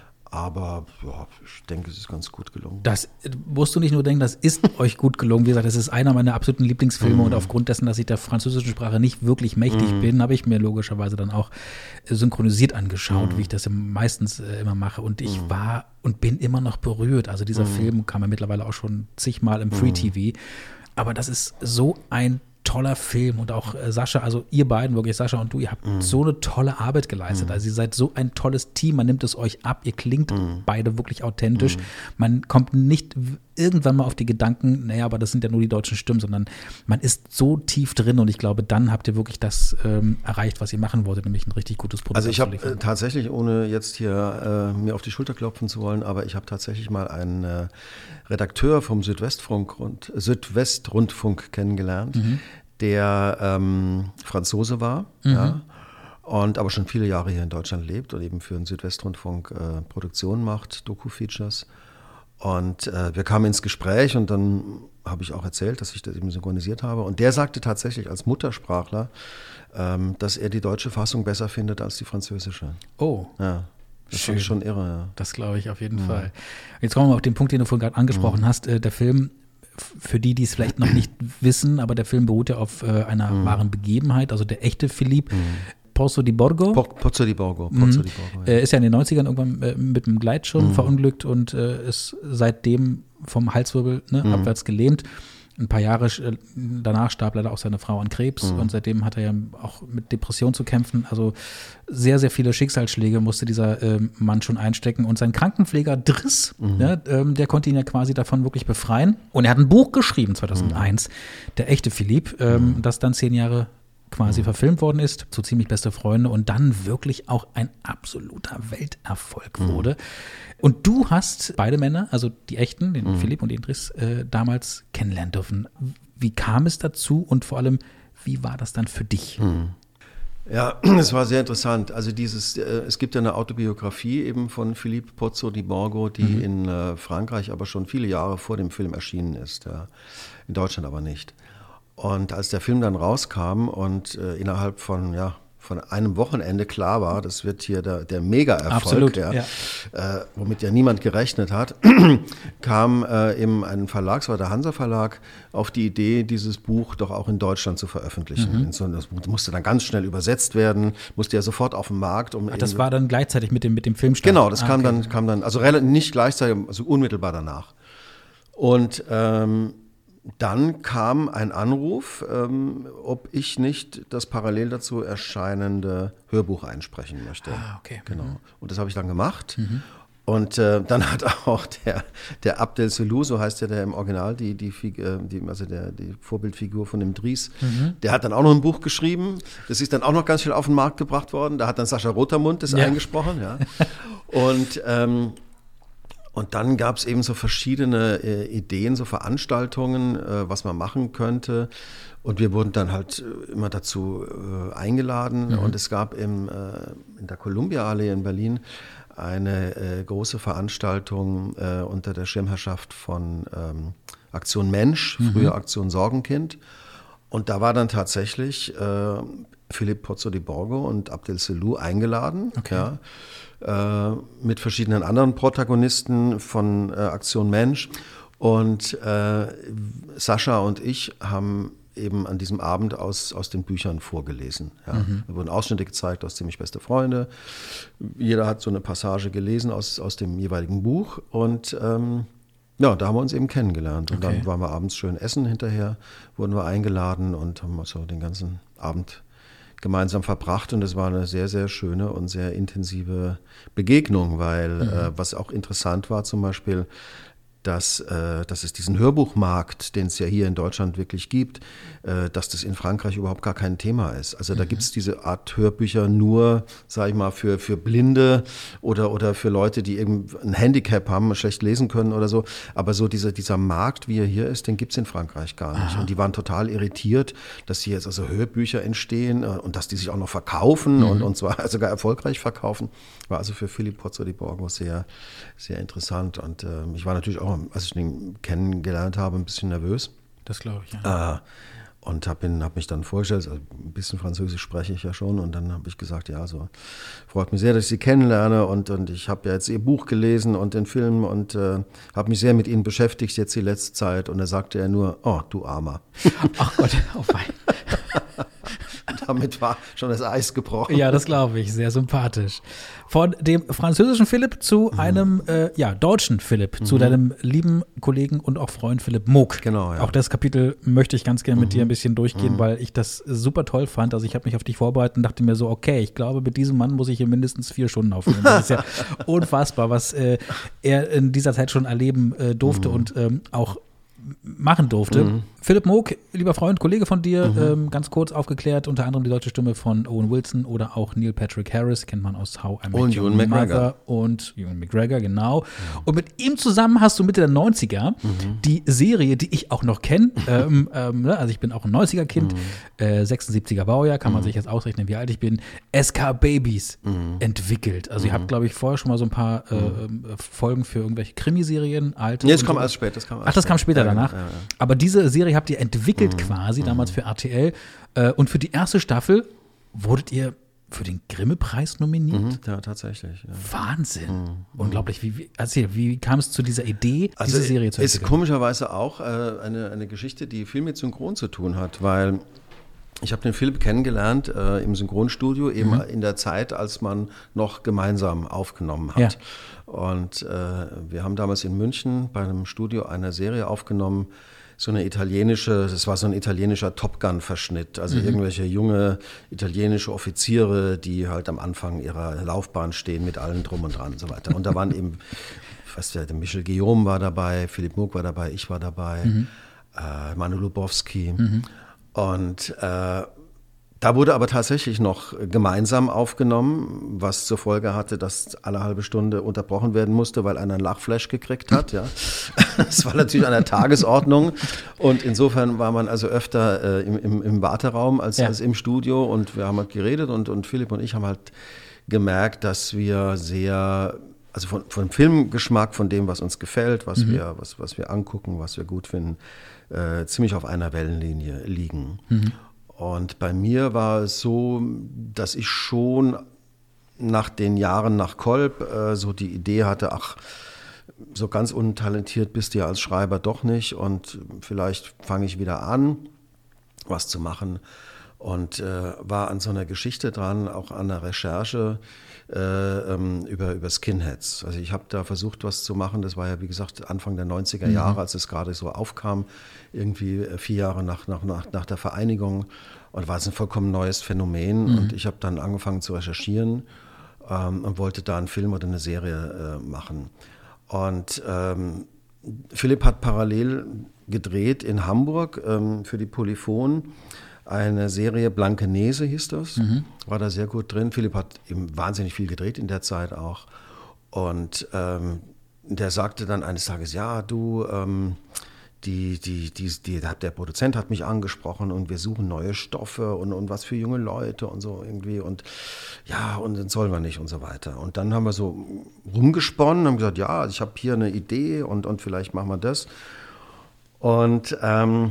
Speaker 4: Aber ja, ich denke, es ist ganz gut gelungen.
Speaker 5: Das musst du nicht nur denken, das ist euch gut gelungen. Wie gesagt, das ist einer meiner absoluten Lieblingsfilme mm. und aufgrund dessen, dass ich der französischen Sprache nicht wirklich mächtig mm. bin, habe ich mir logischerweise dann auch synchronisiert angeschaut, mm. wie ich das meistens äh, immer mache. Und ich mm. war und bin immer noch berührt. Also dieser mm. Film kam ja mittlerweile auch schon zigmal im Free-T V. Aber das ist so ein toller Film und auch äh, Sascha, also ihr beiden, wirklich Sascha und du, ihr habt mm. so eine tolle Arbeit geleistet. Mm. Also ihr seid so ein tolles Team, man nimmt es euch ab, ihr klingt mm. beide wirklich authentisch. Mm. Man kommt nicht irgendwann mal auf die Gedanken, naja, aber das sind ja nur die deutschen Stimmen, sondern man ist so tief drin und ich glaube, dann habt ihr wirklich das ähm, erreicht, was ihr machen wolltet, nämlich ein richtig gutes Produkt.
Speaker 4: Also ich habe äh, tatsächlich, ohne jetzt hier äh, mir auf die Schulter klopfen zu wollen, aber ich habe tatsächlich mal einen äh, Redakteur vom Südwestrundfunk, und, Südwestrundfunk kennengelernt, mhm. der ähm, Franzose war, mhm. ja, und aber schon viele Jahre hier in Deutschland lebt und eben für den Südwestrundfunk äh, Produktionen macht, Doku-Features. Und äh, wir kamen ins Gespräch und dann habe ich auch erzählt, dass ich das eben synchronisiert habe. Und der sagte tatsächlich als Muttersprachler, ähm, dass er die deutsche Fassung besser findet als die französische.
Speaker 5: Oh.
Speaker 4: Ja. Das fand ich schon irre. Ja.
Speaker 5: Das glaube ich auf jeden ja. Fall. Jetzt kommen wir mal auf den Punkt, den du vorhin gerade angesprochen mhm. hast. Äh, der Film, für die, die es vielleicht noch nicht wissen, aber der Film beruht ja auf äh, einer mhm. wahren Begebenheit. Also der echte Philippe mhm. Pozzo di Borgo. Po-
Speaker 4: Pozzo di Borgo. Pozzo di Borgo
Speaker 5: ja. Er ist ja in den neunzigern irgendwann äh, mit einem Gleitschirm mhm. verunglückt und äh, ist seitdem vom Halswirbel ne, mhm. abwärts gelähmt. Ein paar Jahre äh, danach starb leider auch seine Frau an Krebs mhm. und seitdem hat er ja auch mit Depression zu kämpfen. Also sehr, sehr viele Schicksalsschläge musste dieser äh, Mann schon einstecken. Und sein Krankenpfleger Driss, mhm. ja, ähm, der konnte ihn ja quasi davon wirklich befreien. Und er hat ein Buch geschrieben, zweitausendeins, mhm. der echte Philippe, ähm, mhm. das dann zehn Jahre quasi mhm. verfilmt worden ist, zu ziemlich beste Freunde und dann wirklich auch ein absoluter Welterfolg mhm. wurde. Und du hast beide Männer, also die echten, den mhm. Philipp und den Driss, äh, damals kennenlernen dürfen. Wie kam es dazu und vor allem, wie war das dann für dich?
Speaker 4: Mhm. Ja, es war sehr interessant. Also dieses, äh, es gibt ja eine Autobiografie eben von Philippe Pozzo di Borgo, die mhm. in äh, Frankreich aber schon viele Jahre vor dem Film erschienen ist, ja. In Deutschland aber nicht. Und als der Film dann rauskam und äh, innerhalb von, ja, von einem Wochenende klar war, das wird hier der, der Mega-Erfolg, ja, ja. Äh, womit ja niemand gerechnet hat, kam äh, eben ein Verlag, es war der Hansa Verlag, auf die Idee, dieses Buch doch auch in Deutschland zu veröffentlichen. Mhm. Das musste dann ganz schnell übersetzt werden, musste ja sofort auf den Markt. Um
Speaker 5: Ach, das war dann gleichzeitig mit dem, mit dem Filmstart?
Speaker 4: Genau, das
Speaker 5: ah,
Speaker 4: kam,
Speaker 5: okay.
Speaker 4: dann, kam dann, also relativ, nicht gleichzeitig, also unmittelbar danach. Und ähm, dann kam ein Anruf, ähm, ob ich nicht das parallel dazu erscheinende Hörbuch einsprechen möchte.
Speaker 5: Ah, okay.
Speaker 4: Genau.
Speaker 5: Mhm.
Speaker 4: Und das habe ich dann gemacht.
Speaker 5: Mhm.
Speaker 4: Und äh, dann hat auch der, der Abdel Selou, so heißt ja der im Original, die, die, die, also der, die Vorbildfigur von dem Dries, mhm. der hat dann auch noch ein Buch geschrieben. Das ist dann auch noch ganz viel auf den Markt gebracht worden. Da hat dann Sascha Rotermund das ja. eingesprochen. Ja. Und ähm, Und dann gab es eben so verschiedene äh, Ideen, so Veranstaltungen, äh, was man machen könnte. Und wir wurden dann halt äh, immer dazu äh, eingeladen. Mhm. Und es gab im, äh, in der Columbia-Allee in Berlin eine äh, große Veranstaltung äh, unter der Schirmherrschaft von ähm, Aktion Mensch, mhm. früher Aktion Sorgenkind. Und da war dann tatsächlich äh, Philippe Pozzo di Borgo und Abdel Selou eingeladen.
Speaker 5: Okay.
Speaker 4: Ja. Mit verschiedenen anderen Protagonisten von äh, Aktion Mensch. Und äh, Sascha und ich haben eben an diesem Abend aus, aus den Büchern vorgelesen. Ja. Mhm. Da wurden Ausschnitte gezeigt aus Ziemlich beste Freunde. Jeder hat so eine Passage gelesen aus, aus dem jeweiligen Buch. Und ähm, ja, da haben wir uns eben kennengelernt. Und okay. dann waren wir abends schön essen hinterher, wurden wir eingeladen und haben so den ganzen Abend gemeinsam verbracht und es war eine sehr, sehr schöne und sehr intensive Begegnung, weil mhm. äh, was auch interessant war zum Beispiel, dass, äh, dass es diesen Hörbuchmarkt, den es ja hier in Deutschland wirklich gibt, äh, dass das in Frankreich überhaupt gar kein Thema ist. Also da mhm. gibt es diese Art Hörbücher nur, sage ich mal, für, für Blinde oder, oder für Leute, die eben ein Handicap haben, schlecht lesen können oder so. Aber so diese, dieser Markt, wie er hier ist, den gibt es in Frankreich gar nicht. Aha. Und die waren total irritiert, dass hier jetzt also Hörbücher entstehen äh, und dass die sich auch noch verkaufen mhm. und, und zwar sogar erfolgreich verkaufen. War also für Philippe Pozzo di Borgo sehr, sehr interessant. Und äh, ich war natürlich auch, als ich ihn kennengelernt habe, ein bisschen nervös.
Speaker 5: Das glaube ich, ja.
Speaker 4: Äh, Und habe hab mich dann vorgestellt, also ein bisschen Französisch spreche ich ja schon. Und dann habe ich gesagt, ja, so freut mich sehr, dass ich Sie kennenlerne. Und, und ich habe ja jetzt Ihr Buch gelesen und den Film und äh, habe mich sehr mit Ihnen beschäftigt jetzt die letzte Zeit. Und da sagte er nur, oh, du Armer.
Speaker 5: Ach Gott, oh wei.
Speaker 4: Damit war schon das Eis gebrochen.
Speaker 5: Ja, das glaube ich. Sehr sympathisch. Von dem französischen Philipp zu mhm. einem äh, ja, deutschen Philipp, mhm. zu deinem lieben Kollegen und auch Freund Philipp Moog.
Speaker 4: Genau, ja.
Speaker 5: Auch das Kapitel möchte ich ganz gerne mit
Speaker 4: mhm.
Speaker 5: dir ein bisschen durchgehen, mhm. weil ich das super toll fand. Also ich habe mich auf dich vorbereitet und dachte mir so, okay, ich glaube, mit diesem Mann muss ich hier mindestens vier Stunden aufnehmen. Das ist ja unfassbar, was äh, er in dieser Zeit schon erleben äh, durfte mhm. und ähm, auch machen durfte. Mhm. Philipp Moog, lieber Freund, Kollege von dir, mhm. ähm, ganz kurz aufgeklärt, unter anderem die deutsche Stimme von Owen Wilson oder auch Neil Patrick Harris, kennt man aus How I Met
Speaker 4: und
Speaker 5: Your
Speaker 4: Ewan
Speaker 5: Mother
Speaker 4: McGregor.
Speaker 5: Und Ewan McGregor, genau. Mhm. Und mit ihm zusammen hast du Mitte der neunziger mhm. die Serie, die ich auch noch kenne, ähm, ähm, also ich bin auch ein neunziger-Kind, mhm. äh, sechsundsiebziger Baujahr, kann man mhm. sich jetzt ausrechnen, wie alt ich bin, S K Babies mhm. entwickelt. Also
Speaker 4: mhm.
Speaker 5: ihr habt, glaube ich, vorher schon mal so ein paar äh, mhm. Folgen für irgendwelche Krimiserien, alte.
Speaker 4: Nee, das kam
Speaker 5: so.
Speaker 4: erst später. Das kam erst
Speaker 5: Ach, das kam später
Speaker 4: ja,
Speaker 5: danach.
Speaker 4: Ja, ja.
Speaker 5: Aber diese Serie habt ihr entwickelt mhm. quasi,
Speaker 4: mhm.
Speaker 5: damals für R T L. Äh, und für die erste Staffel wurdet ihr für den Grimme-Preis nominiert?
Speaker 4: Mhm, ja, tatsächlich. Ja.
Speaker 5: Wahnsinn.
Speaker 4: Mhm.
Speaker 5: Unglaublich. Wie, wie, erzähl, wie kam es zu dieser Idee,
Speaker 4: also
Speaker 5: diese Serie zu
Speaker 4: entwickeln?
Speaker 5: entwickeln?
Speaker 4: Ist komischerweise auch äh, eine, eine Geschichte, die viel mit Synchron zu tun hat, weil ich habe den Philipp kennengelernt äh, im Synchronstudio, eben mhm. in der Zeit, als man noch gemeinsam aufgenommen hat.
Speaker 5: Ja.
Speaker 4: Und äh, wir haben damals in München bei einem Studio eine Serie aufgenommen, so eine italienische, das war so ein italienischer Top Gun-Verschnitt, also mhm. irgendwelche junge italienische Offiziere, die halt am Anfang ihrer Laufbahn stehen mit allem drum und dran und so weiter. Und da waren eben, ich weiß nicht, Michel Guillaume war dabei, Philipp Moog war dabei, ich war dabei, mhm. äh, Manu Lubowski. Mhm. Und äh, da wurde aber tatsächlich noch gemeinsam aufgenommen, was zur Folge hatte, dass alle halbe Stunde unterbrochen werden musste, weil einer einen Lachflash gekriegt hat. Ja. Das war natürlich an der Tagesordnung. Und insofern war man also öfter äh, im, im, im Warteraum als, ja. als im Studio. Und wir haben halt geredet und, und Philipp und ich haben halt gemerkt, dass wir sehr, also von, von Filmgeschmack, von dem, was uns gefällt, was, mhm. wir, was, was wir angucken, was wir gut finden, äh, ziemlich auf einer Wellenlinie liegen. Mhm. Und bei mir war es so, dass ich schon nach den Jahren nach Kolb äh, so die Idee hatte, ach, so ganz untalentiert bist du ja als Schreiber doch nicht und vielleicht fange ich wieder an, was zu machen. Und äh, war an so einer Geschichte dran, auch an der Recherche äh, ähm, über, über Skinheads. Also ich habe da versucht, was zu machen. Das war ja, wie gesagt, Anfang der neunziger Jahre, mhm. als es gerade so aufkam, irgendwie vier Jahre nach, nach, nach, nach der Vereinigung. Und war es ein vollkommen neues Phänomen. Mhm. Und ich habe dann angefangen zu recherchieren ähm, und wollte da einen Film oder eine Serie äh, machen. Und ähm, Philipp hat parallel gedreht in Hamburg ähm, für die Polyphon. Eine Serie, Blankenese hieß das, mhm. war da sehr gut drin. Philipp hat eben wahnsinnig viel gedreht in der Zeit auch. Und ähm, der sagte dann eines Tages, ja, du, ähm, die, die, die, die, der Produzent hat mich angesprochen und wir suchen neue Stoffe und, und was für junge Leute und so irgendwie. Und ja, und dann sollen wir nicht und so weiter. Und dann haben wir so rumgesponnen, haben gesagt, ja, ich habe hier eine Idee und, und vielleicht machen wir das. Und ähm,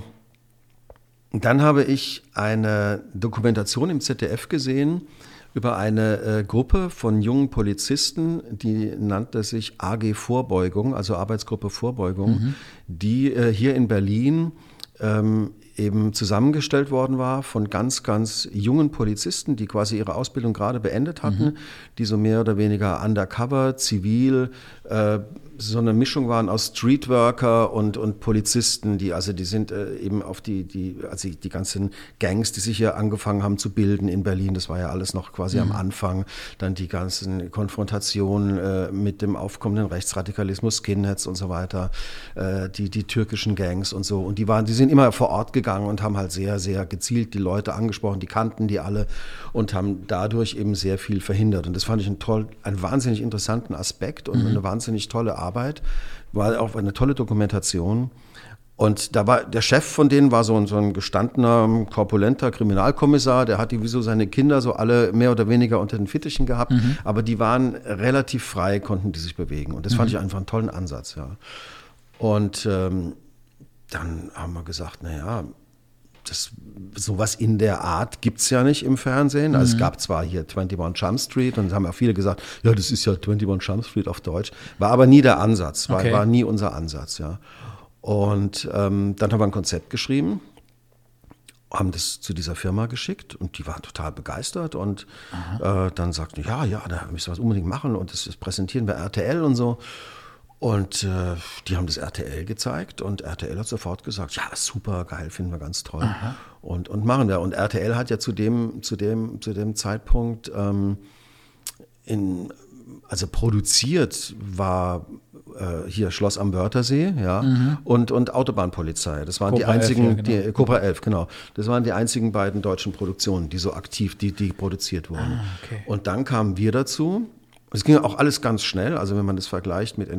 Speaker 4: dann habe ich eine Dokumentation im Z D F gesehen über eine äh, Gruppe von jungen Polizisten, die nannte sich A G Vorbeugung, also Arbeitsgruppe Vorbeugung, mhm. die äh, hier in Berlin ähm, eben zusammengestellt worden war von ganz, ganz jungen Polizisten, die quasi ihre Ausbildung gerade beendet hatten, mhm. die so mehr oder weniger undercover, zivil, äh, so eine Mischung waren aus Streetworker und, und Polizisten, die also die sind äh, eben auf die, die, also die ganzen Gangs, die sich hier angefangen haben zu bilden in Berlin, das war ja alles noch quasi mhm. am Anfang, dann die ganzen Konfrontationen äh, mit dem aufkommenden Rechtsradikalismus, Skinheads und so weiter, äh, die, die türkischen Gangs und so, und die waren, die sind immer vor Ort gegangen und haben halt sehr, sehr gezielt die Leute angesprochen, die kannten die alle und haben dadurch eben sehr viel verhindert, und das fand ich einen toll, einen wahnsinnig interessanten Aspekt und mhm. eine wahnsinnig tolle Arbeit, war auch eine tolle Dokumentation. Und da war der Chef von denen war so ein, so ein gestandener, korpulenter Kriminalkommissar, der hat die wie so seine Kinder so alle mehr oder weniger unter den Fittichen gehabt, mhm. aber die waren relativ frei, konnten die sich bewegen, und das mhm. fand ich einfach einen tollen Ansatz. Ja. Und ähm, dann haben wir gesagt, naja, das, sowas in der Art gibt es ja nicht im Fernsehen. Also mhm. es gab zwar hier einundzwanzig Jump Street und haben auch viele gesagt, ja, das ist ja einundzwanzig Jump Street auf Deutsch. War aber nie der Ansatz, war,
Speaker 5: okay.
Speaker 4: war nie unser Ansatz, ja. Und ähm, dann haben wir ein Konzept geschrieben, haben das zu dieser Firma geschickt und die waren total begeistert und äh, dann sagten, ja, ja, da müssen wir was unbedingt machen und das, das präsentieren wir R T L und so. Und äh, die haben das R T L gezeigt und R T L hat sofort gesagt, ja, super, geil, finden wir ganz toll. Und, und machen wir. Und R T L hat ja zu dem, zu dem, zu dem Zeitpunkt ähm, in, also produziert war äh, hier Schloss am Wörthersee, ja, mhm. und, und Autobahnpolizei. Das waren Cobra die einzigen, elf, ja, genau. die, Cobra elf, genau. Das waren die einzigen beiden deutschen Produktionen, die so aktiv, die, die produziert wurden.
Speaker 5: Ah, okay.
Speaker 4: Und dann kamen wir dazu. Es ging auch alles ganz schnell, also wenn man das vergleicht mit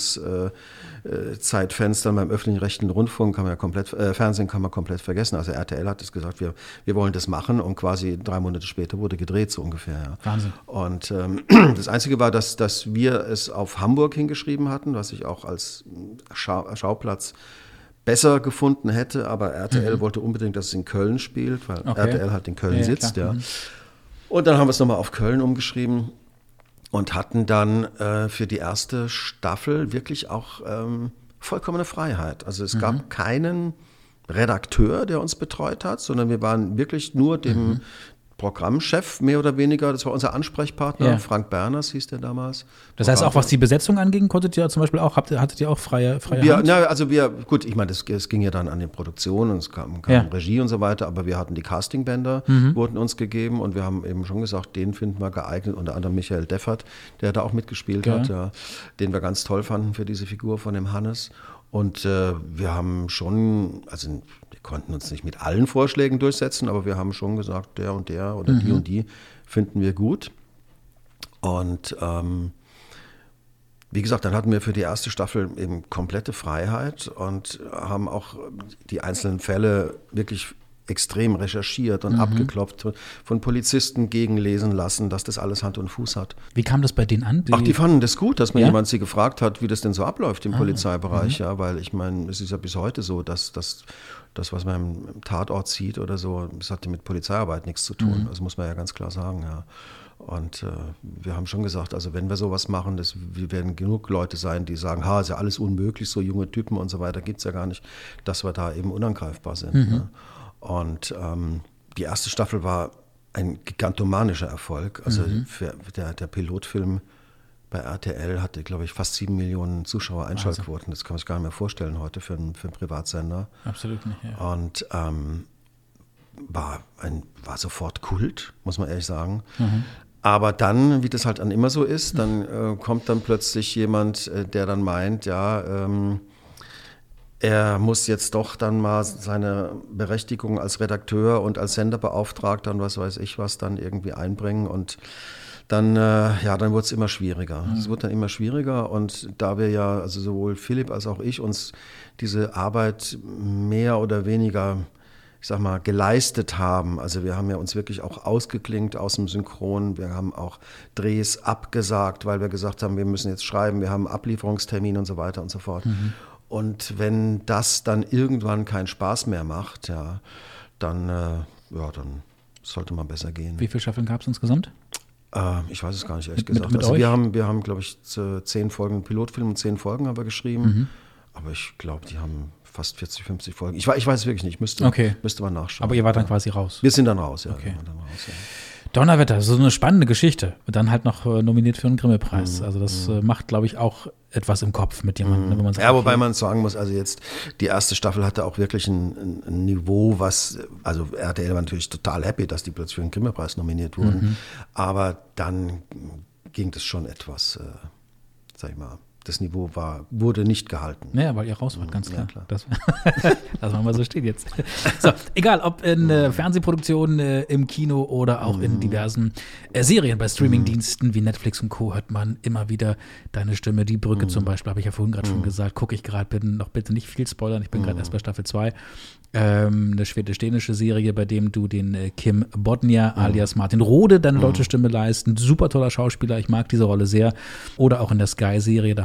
Speaker 4: Entscheidungszeitfenstern beim öffentlich-rechtlichen Rundfunk, kann man ja komplett, äh, Fernsehen kann man komplett vergessen. Also R T L hat es gesagt, wir, wir wollen das machen und quasi drei Monate später wurde gedreht, so ungefähr. Ja.
Speaker 5: Wahnsinn.
Speaker 4: Und ähm, das Einzige war, dass, dass wir es auf Hamburg hingeschrieben hatten, was ich auch als Schau- Schauplatz besser gefunden hätte, aber R T L mhm. wollte unbedingt, dass es in Köln spielt, weil okay. R T L halt in Köln ja, sitzt. Ja. Mhm. Und dann haben wir es nochmal auf Köln umgeschrieben. Und hatten dann äh, für die erste Staffel wirklich auch ähm, vollkommene Freiheit. Also es mhm. gab keinen Redakteur, der uns betreut hat, sondern wir waren wirklich nur dem mhm. Programmchef mehr oder weniger, das war unser Ansprechpartner, ja. Frank Berners hieß der damals.
Speaker 5: Das heißt auch, was die Besetzung anging, konntet ihr zum Beispiel auch, habt, hattet ihr auch freie, freie
Speaker 4: wir,
Speaker 5: Hand?
Speaker 4: Na, also wir, gut, ich meine, es ging ja dann an die Produktion und es kam, kam
Speaker 5: ja.
Speaker 4: Regie und so weiter, aber wir hatten die Castingbänder, mhm. wurden uns gegeben und wir haben eben schon gesagt, den finden wir geeignet, unter anderem Michael Deffert, der da auch mitgespielt ja. hat, ja, den wir ganz toll fanden für diese Figur von dem Hannes. Und äh, wir haben schon, also wir konnten uns nicht mit allen Vorschlägen durchsetzen, aber wir haben schon gesagt, der und der oder mhm. die und die finden wir gut. Und ähm, wie gesagt, dann hatten wir für die erste Staffel eben komplette Freiheit und haben auch die einzelnen Fälle wirklich extrem recherchiert und mhm. abgeklopft, von Polizisten gegenlesen lassen, dass das alles Hand und Fuß hat.
Speaker 5: Wie kam das bei denen an?
Speaker 4: Die Ach, die fanden das gut, dass mir
Speaker 5: ja?
Speaker 4: jemand sie gefragt hat, wie das denn so abläuft im
Speaker 5: ah,
Speaker 4: Polizeibereich,
Speaker 5: mhm.
Speaker 4: ja, weil ich meine, es ist ja bis heute so, dass das, das was man im Tatort sieht oder so, das hatte mit Polizeiarbeit nichts zu tun, mhm. das muss man ja ganz klar sagen, ja. Und äh, wir haben schon gesagt, also wenn wir sowas machen, das, wir werden genug Leute sein, die sagen, ha, ist ja alles unmöglich, so junge Typen und so weiter gibt es ja gar nicht, dass wir da eben unangreifbar sind, mhm. ne? Und ähm, die erste Staffel war ein gigantomanischer Erfolg. Also mhm. für, der, der Pilotfilm bei R T L hatte, glaube ich, fast sieben Millionen Zuschauer Einschaltquoten. Das kann man sich gar nicht mehr vorstellen heute für einen, für einen Privatsender.
Speaker 5: Absolut nicht, ja.
Speaker 4: Und ähm, war, ein, war sofort Kult, muss man ehrlich sagen. Mhm. Aber dann, wie das halt dann immer so ist, dann äh, kommt dann plötzlich jemand, äh, der dann meint, ja, ähm, er muss jetzt doch dann mal seine Berechtigung als Redakteur und als Senderbeauftragter und was weiß ich was dann irgendwie einbringen und dann, äh, ja, dann wurde es immer schwieriger. Es mhm. wurde dann immer schwieriger und da wir ja, also sowohl Philipp als auch ich uns diese Arbeit mehr oder weniger, ich sag mal, geleistet haben. Also wir haben ja uns wirklich auch ausgeklinkt aus dem Synchron. Wir haben auch Drehs abgesagt, weil wir gesagt haben, wir müssen jetzt schreiben, wir haben Ablieferungstermin und so weiter und so fort. Mhm. Und wenn das dann irgendwann keinen Spaß mehr macht, ja, dann, äh, ja, dann sollte man besser gehen.
Speaker 5: Wie viele Staffeln gab es insgesamt?
Speaker 4: Äh, ich weiß es gar nicht, ehrlich
Speaker 5: mit,
Speaker 4: gesagt.
Speaker 5: Mit, mit
Speaker 4: also
Speaker 5: euch?
Speaker 4: wir haben, wir haben, glaube ich, zehn Folgen Pilotfilm und zehn Folgen haben wir geschrieben. Mhm. Aber ich glaube, die haben fast vierzig, fünfzig Folgen. Ich, ich weiß es wirklich nicht, ich müsste,
Speaker 5: okay.
Speaker 4: müsste mal nachschauen.
Speaker 5: Aber ihr wart dann
Speaker 4: ja.
Speaker 5: quasi raus?
Speaker 4: Wir sind dann raus, ja.
Speaker 5: Okay.
Speaker 4: Wir waren dann raus, ja.
Speaker 5: Donnerwetter, so eine spannende Geschichte. Und dann halt noch äh, nominiert für einen Grimme-Preis.
Speaker 4: Mhm.
Speaker 5: Also das äh, macht, glaube ich, auch etwas im Kopf mit jemandem.
Speaker 4: Mhm.
Speaker 5: Wenn man sagt,
Speaker 4: ja, wobei
Speaker 5: okay.
Speaker 4: man sagen muss, also jetzt die erste Staffel hatte auch wirklich ein, ein, ein Niveau, was, also R T L war natürlich total happy, dass die plötzlich für den Grimme-Preis nominiert wurden. Mhm. Aber dann ging das schon etwas, äh, sag ich mal, das Niveau war, wurde nicht gehalten.
Speaker 5: Naja, weil ihr raus wart, ganz klar.
Speaker 4: Ja, klar.
Speaker 5: Das, das machen wir so stehen jetzt. So, egal, ob in äh, Fernsehproduktionen, äh, im Kino oder auch in diversen äh, Serien bei Streamingdiensten wie Netflix und Co. hört man immer wieder deine Stimme. Die Brücke zum Beispiel, habe ich ja vorhin gerade schon gesagt, gucke ich gerade, bin noch bitte nicht viel spoilern, ich bin gerade erst bei Staffel zwei. Ähm, eine schwedisch-dänische Serie, bei dem du den äh, Kim Bodnia mhm. alias Martin Rode deine deutsche Stimme leist. Ein super toller Schauspieler, ich mag diese Rolle sehr. Oder auch in der Sky-Serie, da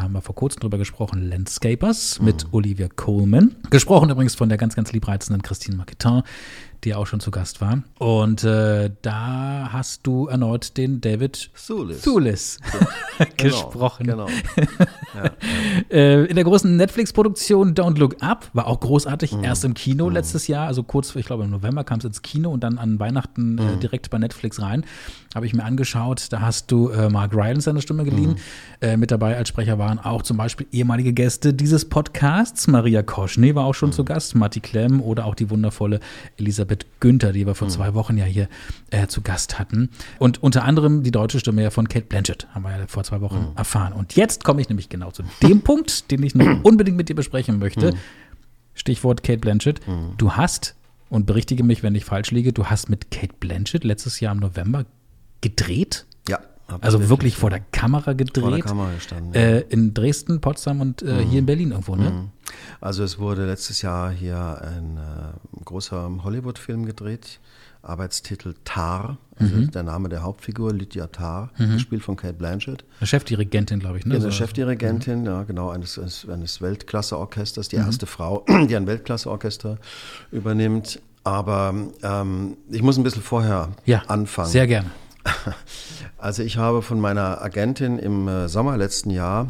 Speaker 5: haben wir vor kurzem drüber gesprochen, Landscapers mit mhm. Olivia Colman. Gesprochen übrigens von der ganz, ganz liebreizenden Christine Marquetin, die auch schon zu Gast war. Und äh, da hast du erneut den David Thewlis, Thewlis ja. gesprochen.
Speaker 4: Genau, genau. Ja, ja.
Speaker 5: Äh, in der großen Netflix-Produktion Don't Look Up, war auch großartig, mhm. erst im Kino mhm. letztes Jahr, also kurz, ich glaube im November kam es ins Kino und dann an Weihnachten mhm. äh, direkt bei Netflix rein. Habe ich mir angeschaut, da hast du äh, Mark Rylance seine Stimme geliehen. Mhm. Äh, mit dabei als Sprecher waren auch zum Beispiel ehemalige Gäste dieses Podcasts. Maria Koschny war auch schon mhm. zu Gast, Matti Klemm oder auch die wundervolle Elisabeth Günther, die wir vor mhm. zwei Wochen ja hier äh, zu Gast hatten. Und unter anderem die deutsche Stimme ja von Cate Blanchett, haben wir ja vor zwei Wochen mhm. erfahren. Und jetzt komme ich nämlich genau zu dem Punkt, den ich noch unbedingt mit dir besprechen möchte. Mhm. Stichwort Cate Blanchett. Mhm. Du hast, und berichtige mich, wenn ich falsch liege, du hast mit Cate Blanchett letztes Jahr im November gedreht?
Speaker 4: Ja.
Speaker 5: Also wirklich, wirklich vor der Kamera gedreht? Vor der
Speaker 4: Kamera gestanden, ja.
Speaker 5: äh, In Dresden, Potsdam und äh, mhm. hier in Berlin irgendwo, ne?
Speaker 4: Mhm. Also es wurde letztes Jahr hier ein äh, großer Hollywood-Film gedreht, Arbeitstitel Tar, also mhm. der Name der Hauptfigur, Lydia Tar, mhm. gespielt von Cate Blanchett.
Speaker 5: Eine Chefdirigentin, glaube ich, ne?
Speaker 4: Ja, eine
Speaker 5: so.
Speaker 4: Chefdirigentin, mhm. ja, genau, eines, eines Weltklasse-Orchesters, die mhm. erste Frau, die ein Weltklasse-Orchester übernimmt. Aber ähm, ich muss ein bisschen vorher
Speaker 5: ja,
Speaker 4: anfangen.
Speaker 5: Sehr gerne.
Speaker 4: Also ich habe von meiner Agentin im äh, Sommer letzten Jahr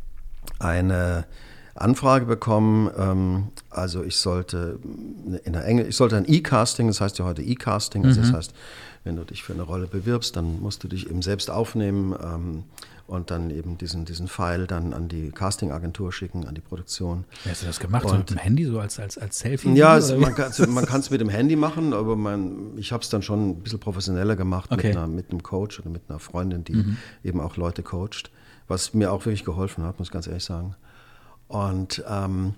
Speaker 4: eine Anfrage bekommen, ähm, also ich sollte in der Engl- ich sollte ein E-Casting, das heißt ja heute E-Casting, also mhm. das heißt, wenn du dich für eine Rolle bewirbst, dann musst du dich eben selbst aufnehmen ähm, und dann eben diesen, diesen File dann an die Castingagentur schicken, an die Produktion.
Speaker 5: Wie hast du das gemacht? Und so mit dem Handy, so als, als, als Selfie?
Speaker 4: Ja, es, man kann es man mit dem Handy machen, aber man, ich habe es dann schon ein bisschen professioneller gemacht
Speaker 5: okay.
Speaker 4: mit, einer, mit einem Coach oder mit einer Freundin, die mhm. eben auch Leute coacht, was mir auch wirklich geholfen hat, muss ich ganz ehrlich sagen. Und ähm,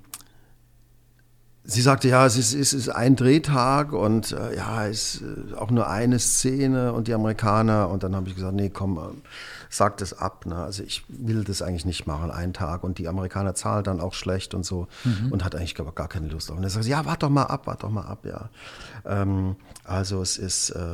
Speaker 4: sie sagte, ja, es ist, es ist ein Drehtag und äh, ja, es ist auch nur eine Szene und die Amerikaner. Und dann habe ich gesagt, nee, komm, äh, sag das ab. Ne? Also ich will das eigentlich nicht machen, einen Tag. Und die Amerikaner zahlen dann auch schlecht und so mhm. und hat eigentlich glaub, gar keine Lust auf. Und dann sagt sie, ja, warte doch mal ab, warte doch mal ab, ja. Ähm, also es ist... Äh,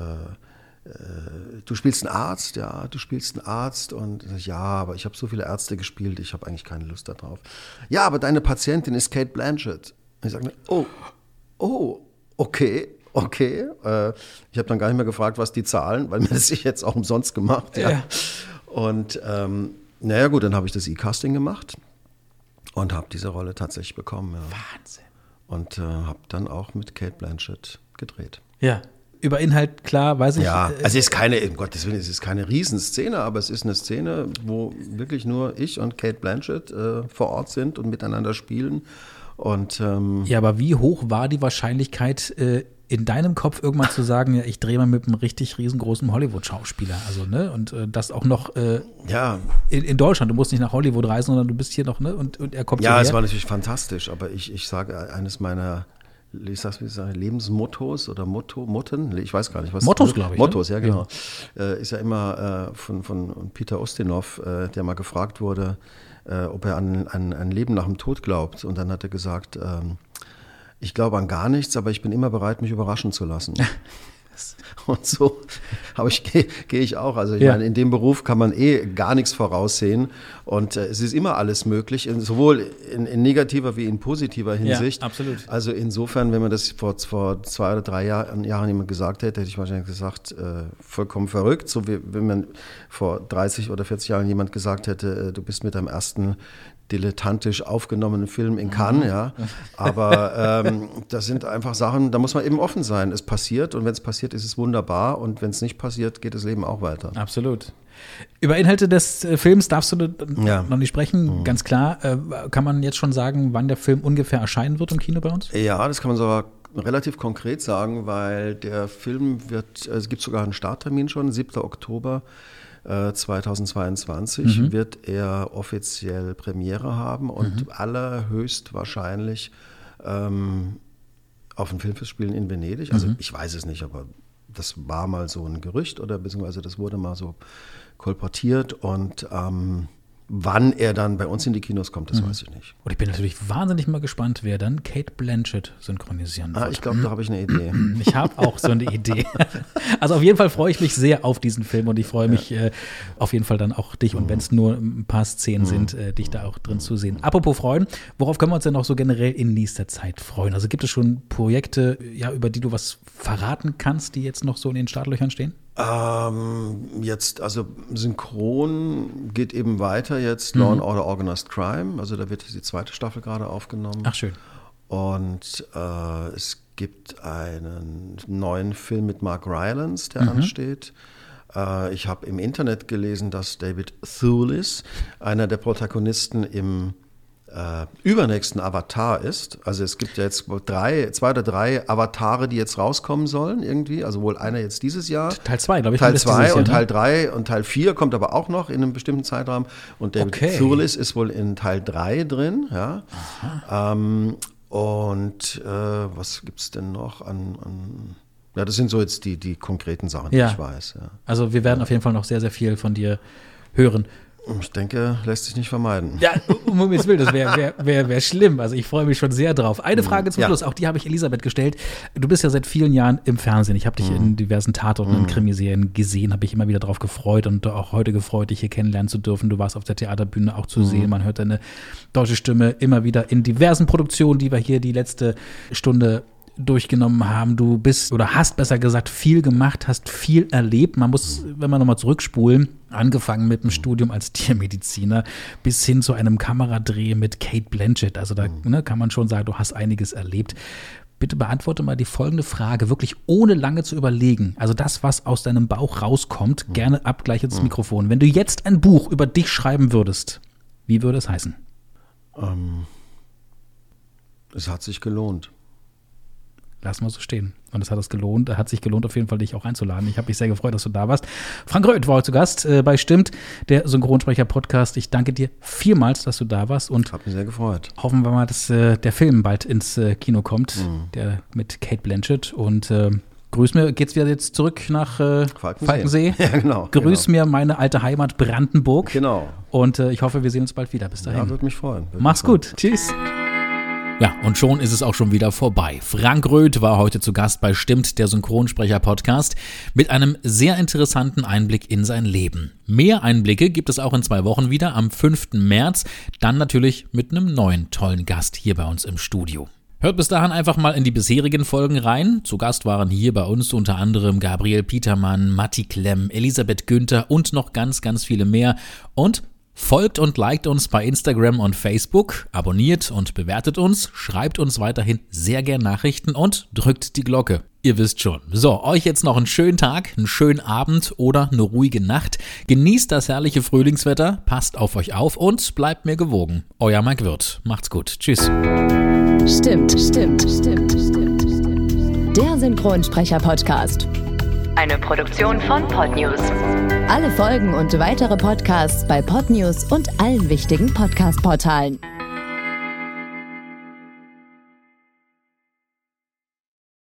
Speaker 4: du spielst einen Arzt, ja, du spielst einen Arzt und ja, aber ich habe so viele Ärzte gespielt, ich habe eigentlich keine Lust darauf. Ja, aber deine Patientin ist Cate Blanchett. Und ich sage, oh, oh, okay, okay. Äh, ich habe dann gar nicht mehr gefragt, was die zahlen, weil mir das ich jetzt auch umsonst gemacht. Ja. ja. Und ähm, naja gut, dann habe ich das E-Casting gemacht und habe diese Rolle tatsächlich bekommen. Ja.
Speaker 5: Wahnsinn.
Speaker 4: Und äh, habe dann auch mit Cate Blanchett gedreht.
Speaker 5: Ja. Über Inhalt, klar, weiß ich.
Speaker 4: Ja, also es ist keine, um Gottes Willen, es ist keine Riesenszene, aber es ist eine Szene, wo wirklich nur ich und Cate Blanchett äh, vor Ort sind und miteinander spielen. Und, ähm,
Speaker 5: ja, aber wie hoch war die Wahrscheinlichkeit, äh, in deinem Kopf irgendwann zu sagen, ja, ich drehe mal mit einem richtig riesengroßen Hollywood-Schauspieler, also, ne, und äh, das auch noch äh,
Speaker 4: ja.
Speaker 5: in, in Deutschland, du musst nicht nach Hollywood reisen, sondern du bist hier noch, ne, und, und er kommt
Speaker 4: ja,
Speaker 5: hierher.
Speaker 4: Es war natürlich fantastisch, aber ich, ich sage, eines meiner Ich sag's, wie ich sage, Lebensmottos oder Motto, Motten, ich weiß gar nicht, was.
Speaker 5: Mottos, glaube ich.
Speaker 4: Mottos,
Speaker 5: ne?
Speaker 4: ja, genau. Ja. Äh, ist ja immer äh, von, von Peter Ustinov, äh, der mal gefragt wurde, äh, ob er an, an ein Leben nach dem Tod glaubt. Und dann hat er gesagt, ähm, ich glaube an gar nichts, aber ich bin immer bereit, mich überraschen zu lassen. Und so aber ich, gehe geh ich auch. Also ich ja. meine, in dem Beruf kann man eh gar nichts voraussehen. Und äh, es ist immer alles möglich, in, sowohl in, in negativer wie in positiver Hinsicht.
Speaker 5: Ja, absolut.
Speaker 4: Also insofern, wenn man das vor, vor zwei oder drei Jahren, Jahren jemand gesagt hätte, hätte ich wahrscheinlich gesagt, äh, vollkommen verrückt. So wie wenn man vor dreißig oder vierzig Jahren jemand gesagt hätte, äh, du bist mit deinem ersten dilettantisch aufgenommenen Film in Cannes, ja. Aber ähm, das sind einfach Sachen, da muss man eben offen sein. Es passiert und wenn es passiert, ist es wunderbar und wenn es nicht passiert, geht das Leben auch weiter.
Speaker 5: Absolut. Über Inhalte des äh, Films darfst du
Speaker 4: ja.
Speaker 5: noch nicht sprechen, mhm. ganz klar. Äh, kann man jetzt schon sagen, wann der Film ungefähr erscheinen wird im Kino bei uns?
Speaker 4: Ja, das kann man sogar relativ konkret sagen, weil der Film wird, es gibt sogar einen Starttermin schon, siebter Oktober zweitausendzweiundzwanzig mhm. wird er offiziell Premiere haben und mhm. allerhöchstwahrscheinlich ähm, auf dem Filmfestspielen in Venedig. Also mhm. ich weiß es nicht, aber das war mal so ein Gerücht oder beziehungsweise das wurde mal so kolportiert und ähm, Wann er dann bei uns in die Kinos kommt, das mhm. weiß ich nicht.
Speaker 5: Und ich bin natürlich wahnsinnig mal gespannt, wer dann Kate Blanchett synchronisieren wird.
Speaker 4: Ah, ich glaube, da habe ich eine Idee.
Speaker 5: Ich habe auch so eine Idee. Also auf jeden Fall freue ich mich sehr auf diesen Film und ich freue mich ja. äh, auf jeden Fall dann auch dich und mhm. wenn es nur ein paar Szenen mhm. sind, äh, dich da auch drin zu sehen. Apropos freuen, worauf können wir uns denn noch so generell in nächster Zeit freuen? Also gibt es schon Projekte, ja, über die du was verraten kannst, die jetzt noch so in den Startlöchern stehen?
Speaker 4: Ähm, jetzt, also Synchron geht eben weiter jetzt, mhm. Law and Order Organized Crime, also da wird die zweite Staffel gerade aufgenommen.
Speaker 5: Ach schön.
Speaker 4: Und äh, es gibt einen neuen Film mit Mark Rylance, der mhm. ansteht. Äh, ich habe im Internet gelesen, dass David Thewlis, einer der Protagonisten im Äh, übernächsten Avatar ist. Also es gibt ja jetzt drei, zwei oder drei Avatare, die jetzt rauskommen sollen irgendwie. Also wohl einer jetzt dieses Jahr.
Speaker 5: Teil zwei, glaube ich.
Speaker 4: Teil zwei und Teil drei und Teil vier kommt aber auch noch in einem bestimmten Zeitraum. Und David okay. Thewlis ist wohl in Teil drei drin. Ja. Ähm, und äh, was gibt es denn noch an, an ja, das sind so jetzt die, die konkreten Sachen, die ja. ich weiß. Ja.
Speaker 5: Also wir werden ja. auf jeden Fall noch sehr, sehr viel von dir hören.
Speaker 4: Ich denke, lässt sich nicht vermeiden.
Speaker 5: Ja, um Himmels Willen, das wäre wär, wär, wär schlimm. Also ich freue mich schon sehr drauf. Eine Frage zum ja. Schluss, auch die habe ich Elisabeth gestellt. Du bist ja seit vielen Jahren im Fernsehen. Ich habe dich mhm. in diversen Tatorten und mhm. Krimiserien gesehen, habe ich immer wieder drauf gefreut und auch heute gefreut, dich hier kennenlernen zu dürfen. Du warst auf der Theaterbühne auch zu mhm. sehen. Man hört deine deutsche Stimme immer wieder in diversen Produktionen, die wir hier die letzte Stunde durchgenommen haben. Du bist oder hast besser gesagt viel gemacht, hast viel erlebt. Man muss, wenn wir nochmal zurückspulen, angefangen mit dem Studium als Tiermediziner bis hin zu einem Kameradreh mit Kate Blanchett. Also da ne, kann man schon sagen, du hast einiges erlebt. Bitte beantworte mal die folgende Frage, wirklich ohne lange zu überlegen. Also das, was aus deinem Bauch rauskommt, gerne ab gleich ins Mikrofon. Wenn du jetzt ein Buch über dich schreiben würdest, wie würde es heißen?
Speaker 4: Ähm, es hat sich gelohnt.
Speaker 5: Lassen wir so stehen. Und es hat es gelohnt, hat sich gelohnt, auf jeden Fall dich auch einzuladen. Ich habe mich sehr gefreut, dass du da warst. Frank Röth war heute zu Gast äh, bei Stimmt, der Synchronsprecher-Podcast. Ich danke dir vielmals, dass du da warst. Und
Speaker 4: hat mich sehr gefreut.
Speaker 5: Hoffen wir mal, dass äh, der Film bald ins äh, Kino kommt, mhm. der mit Kate Blanchett. Und äh, grüß mir, geht's wieder jetzt zurück nach äh, Falkensee. Falkensee.
Speaker 4: Ja, genau.
Speaker 5: Grüß
Speaker 4: genau.
Speaker 5: mir meine alte Heimat Brandenburg.
Speaker 4: Genau.
Speaker 5: Und äh, ich hoffe, wir sehen uns bald wieder. Bis dahin.
Speaker 4: Ja, würde mich freuen. Würd
Speaker 5: Mach's
Speaker 4: mich freuen.
Speaker 5: gut. Tschüss.
Speaker 2: Ja, und schon ist es auch schon wieder vorbei. Frank Röth war heute zu Gast bei Stimmt, der Synchronsprecher-Podcast, mit einem sehr interessanten Einblick in sein Leben. Mehr Einblicke gibt es auch in zwei Wochen wieder, am fünften März, dann natürlich mit einem neuen tollen Gast hier bei uns im Studio. Hört bis dahin einfach mal in die bisherigen Folgen rein. Zu Gast waren hier bei uns unter anderem Gabriel Petermann, Matti Klemm, Elisabeth Günther und noch ganz, ganz viele mehr. Und folgt und liked uns bei Instagram und Facebook, abonniert und bewertet uns, schreibt uns weiterhin sehr gern Nachrichten und drückt die Glocke. Ihr wisst schon. So, euch jetzt noch einen schönen Tag, einen schönen Abend oder eine ruhige Nacht. Genießt das herrliche Frühlingswetter, passt auf euch auf und bleibt mir gewogen. Euer Mike Wirth. Macht's gut. Tschüss.
Speaker 3: Stimmt, stimmt, stimmt, stimmt, stimmt. Der Synchronsprecher-Podcast. Eine Produktion von Podnews. Alle Folgen und weitere Podcasts bei Podnews und allen wichtigen Podcast-Portalen.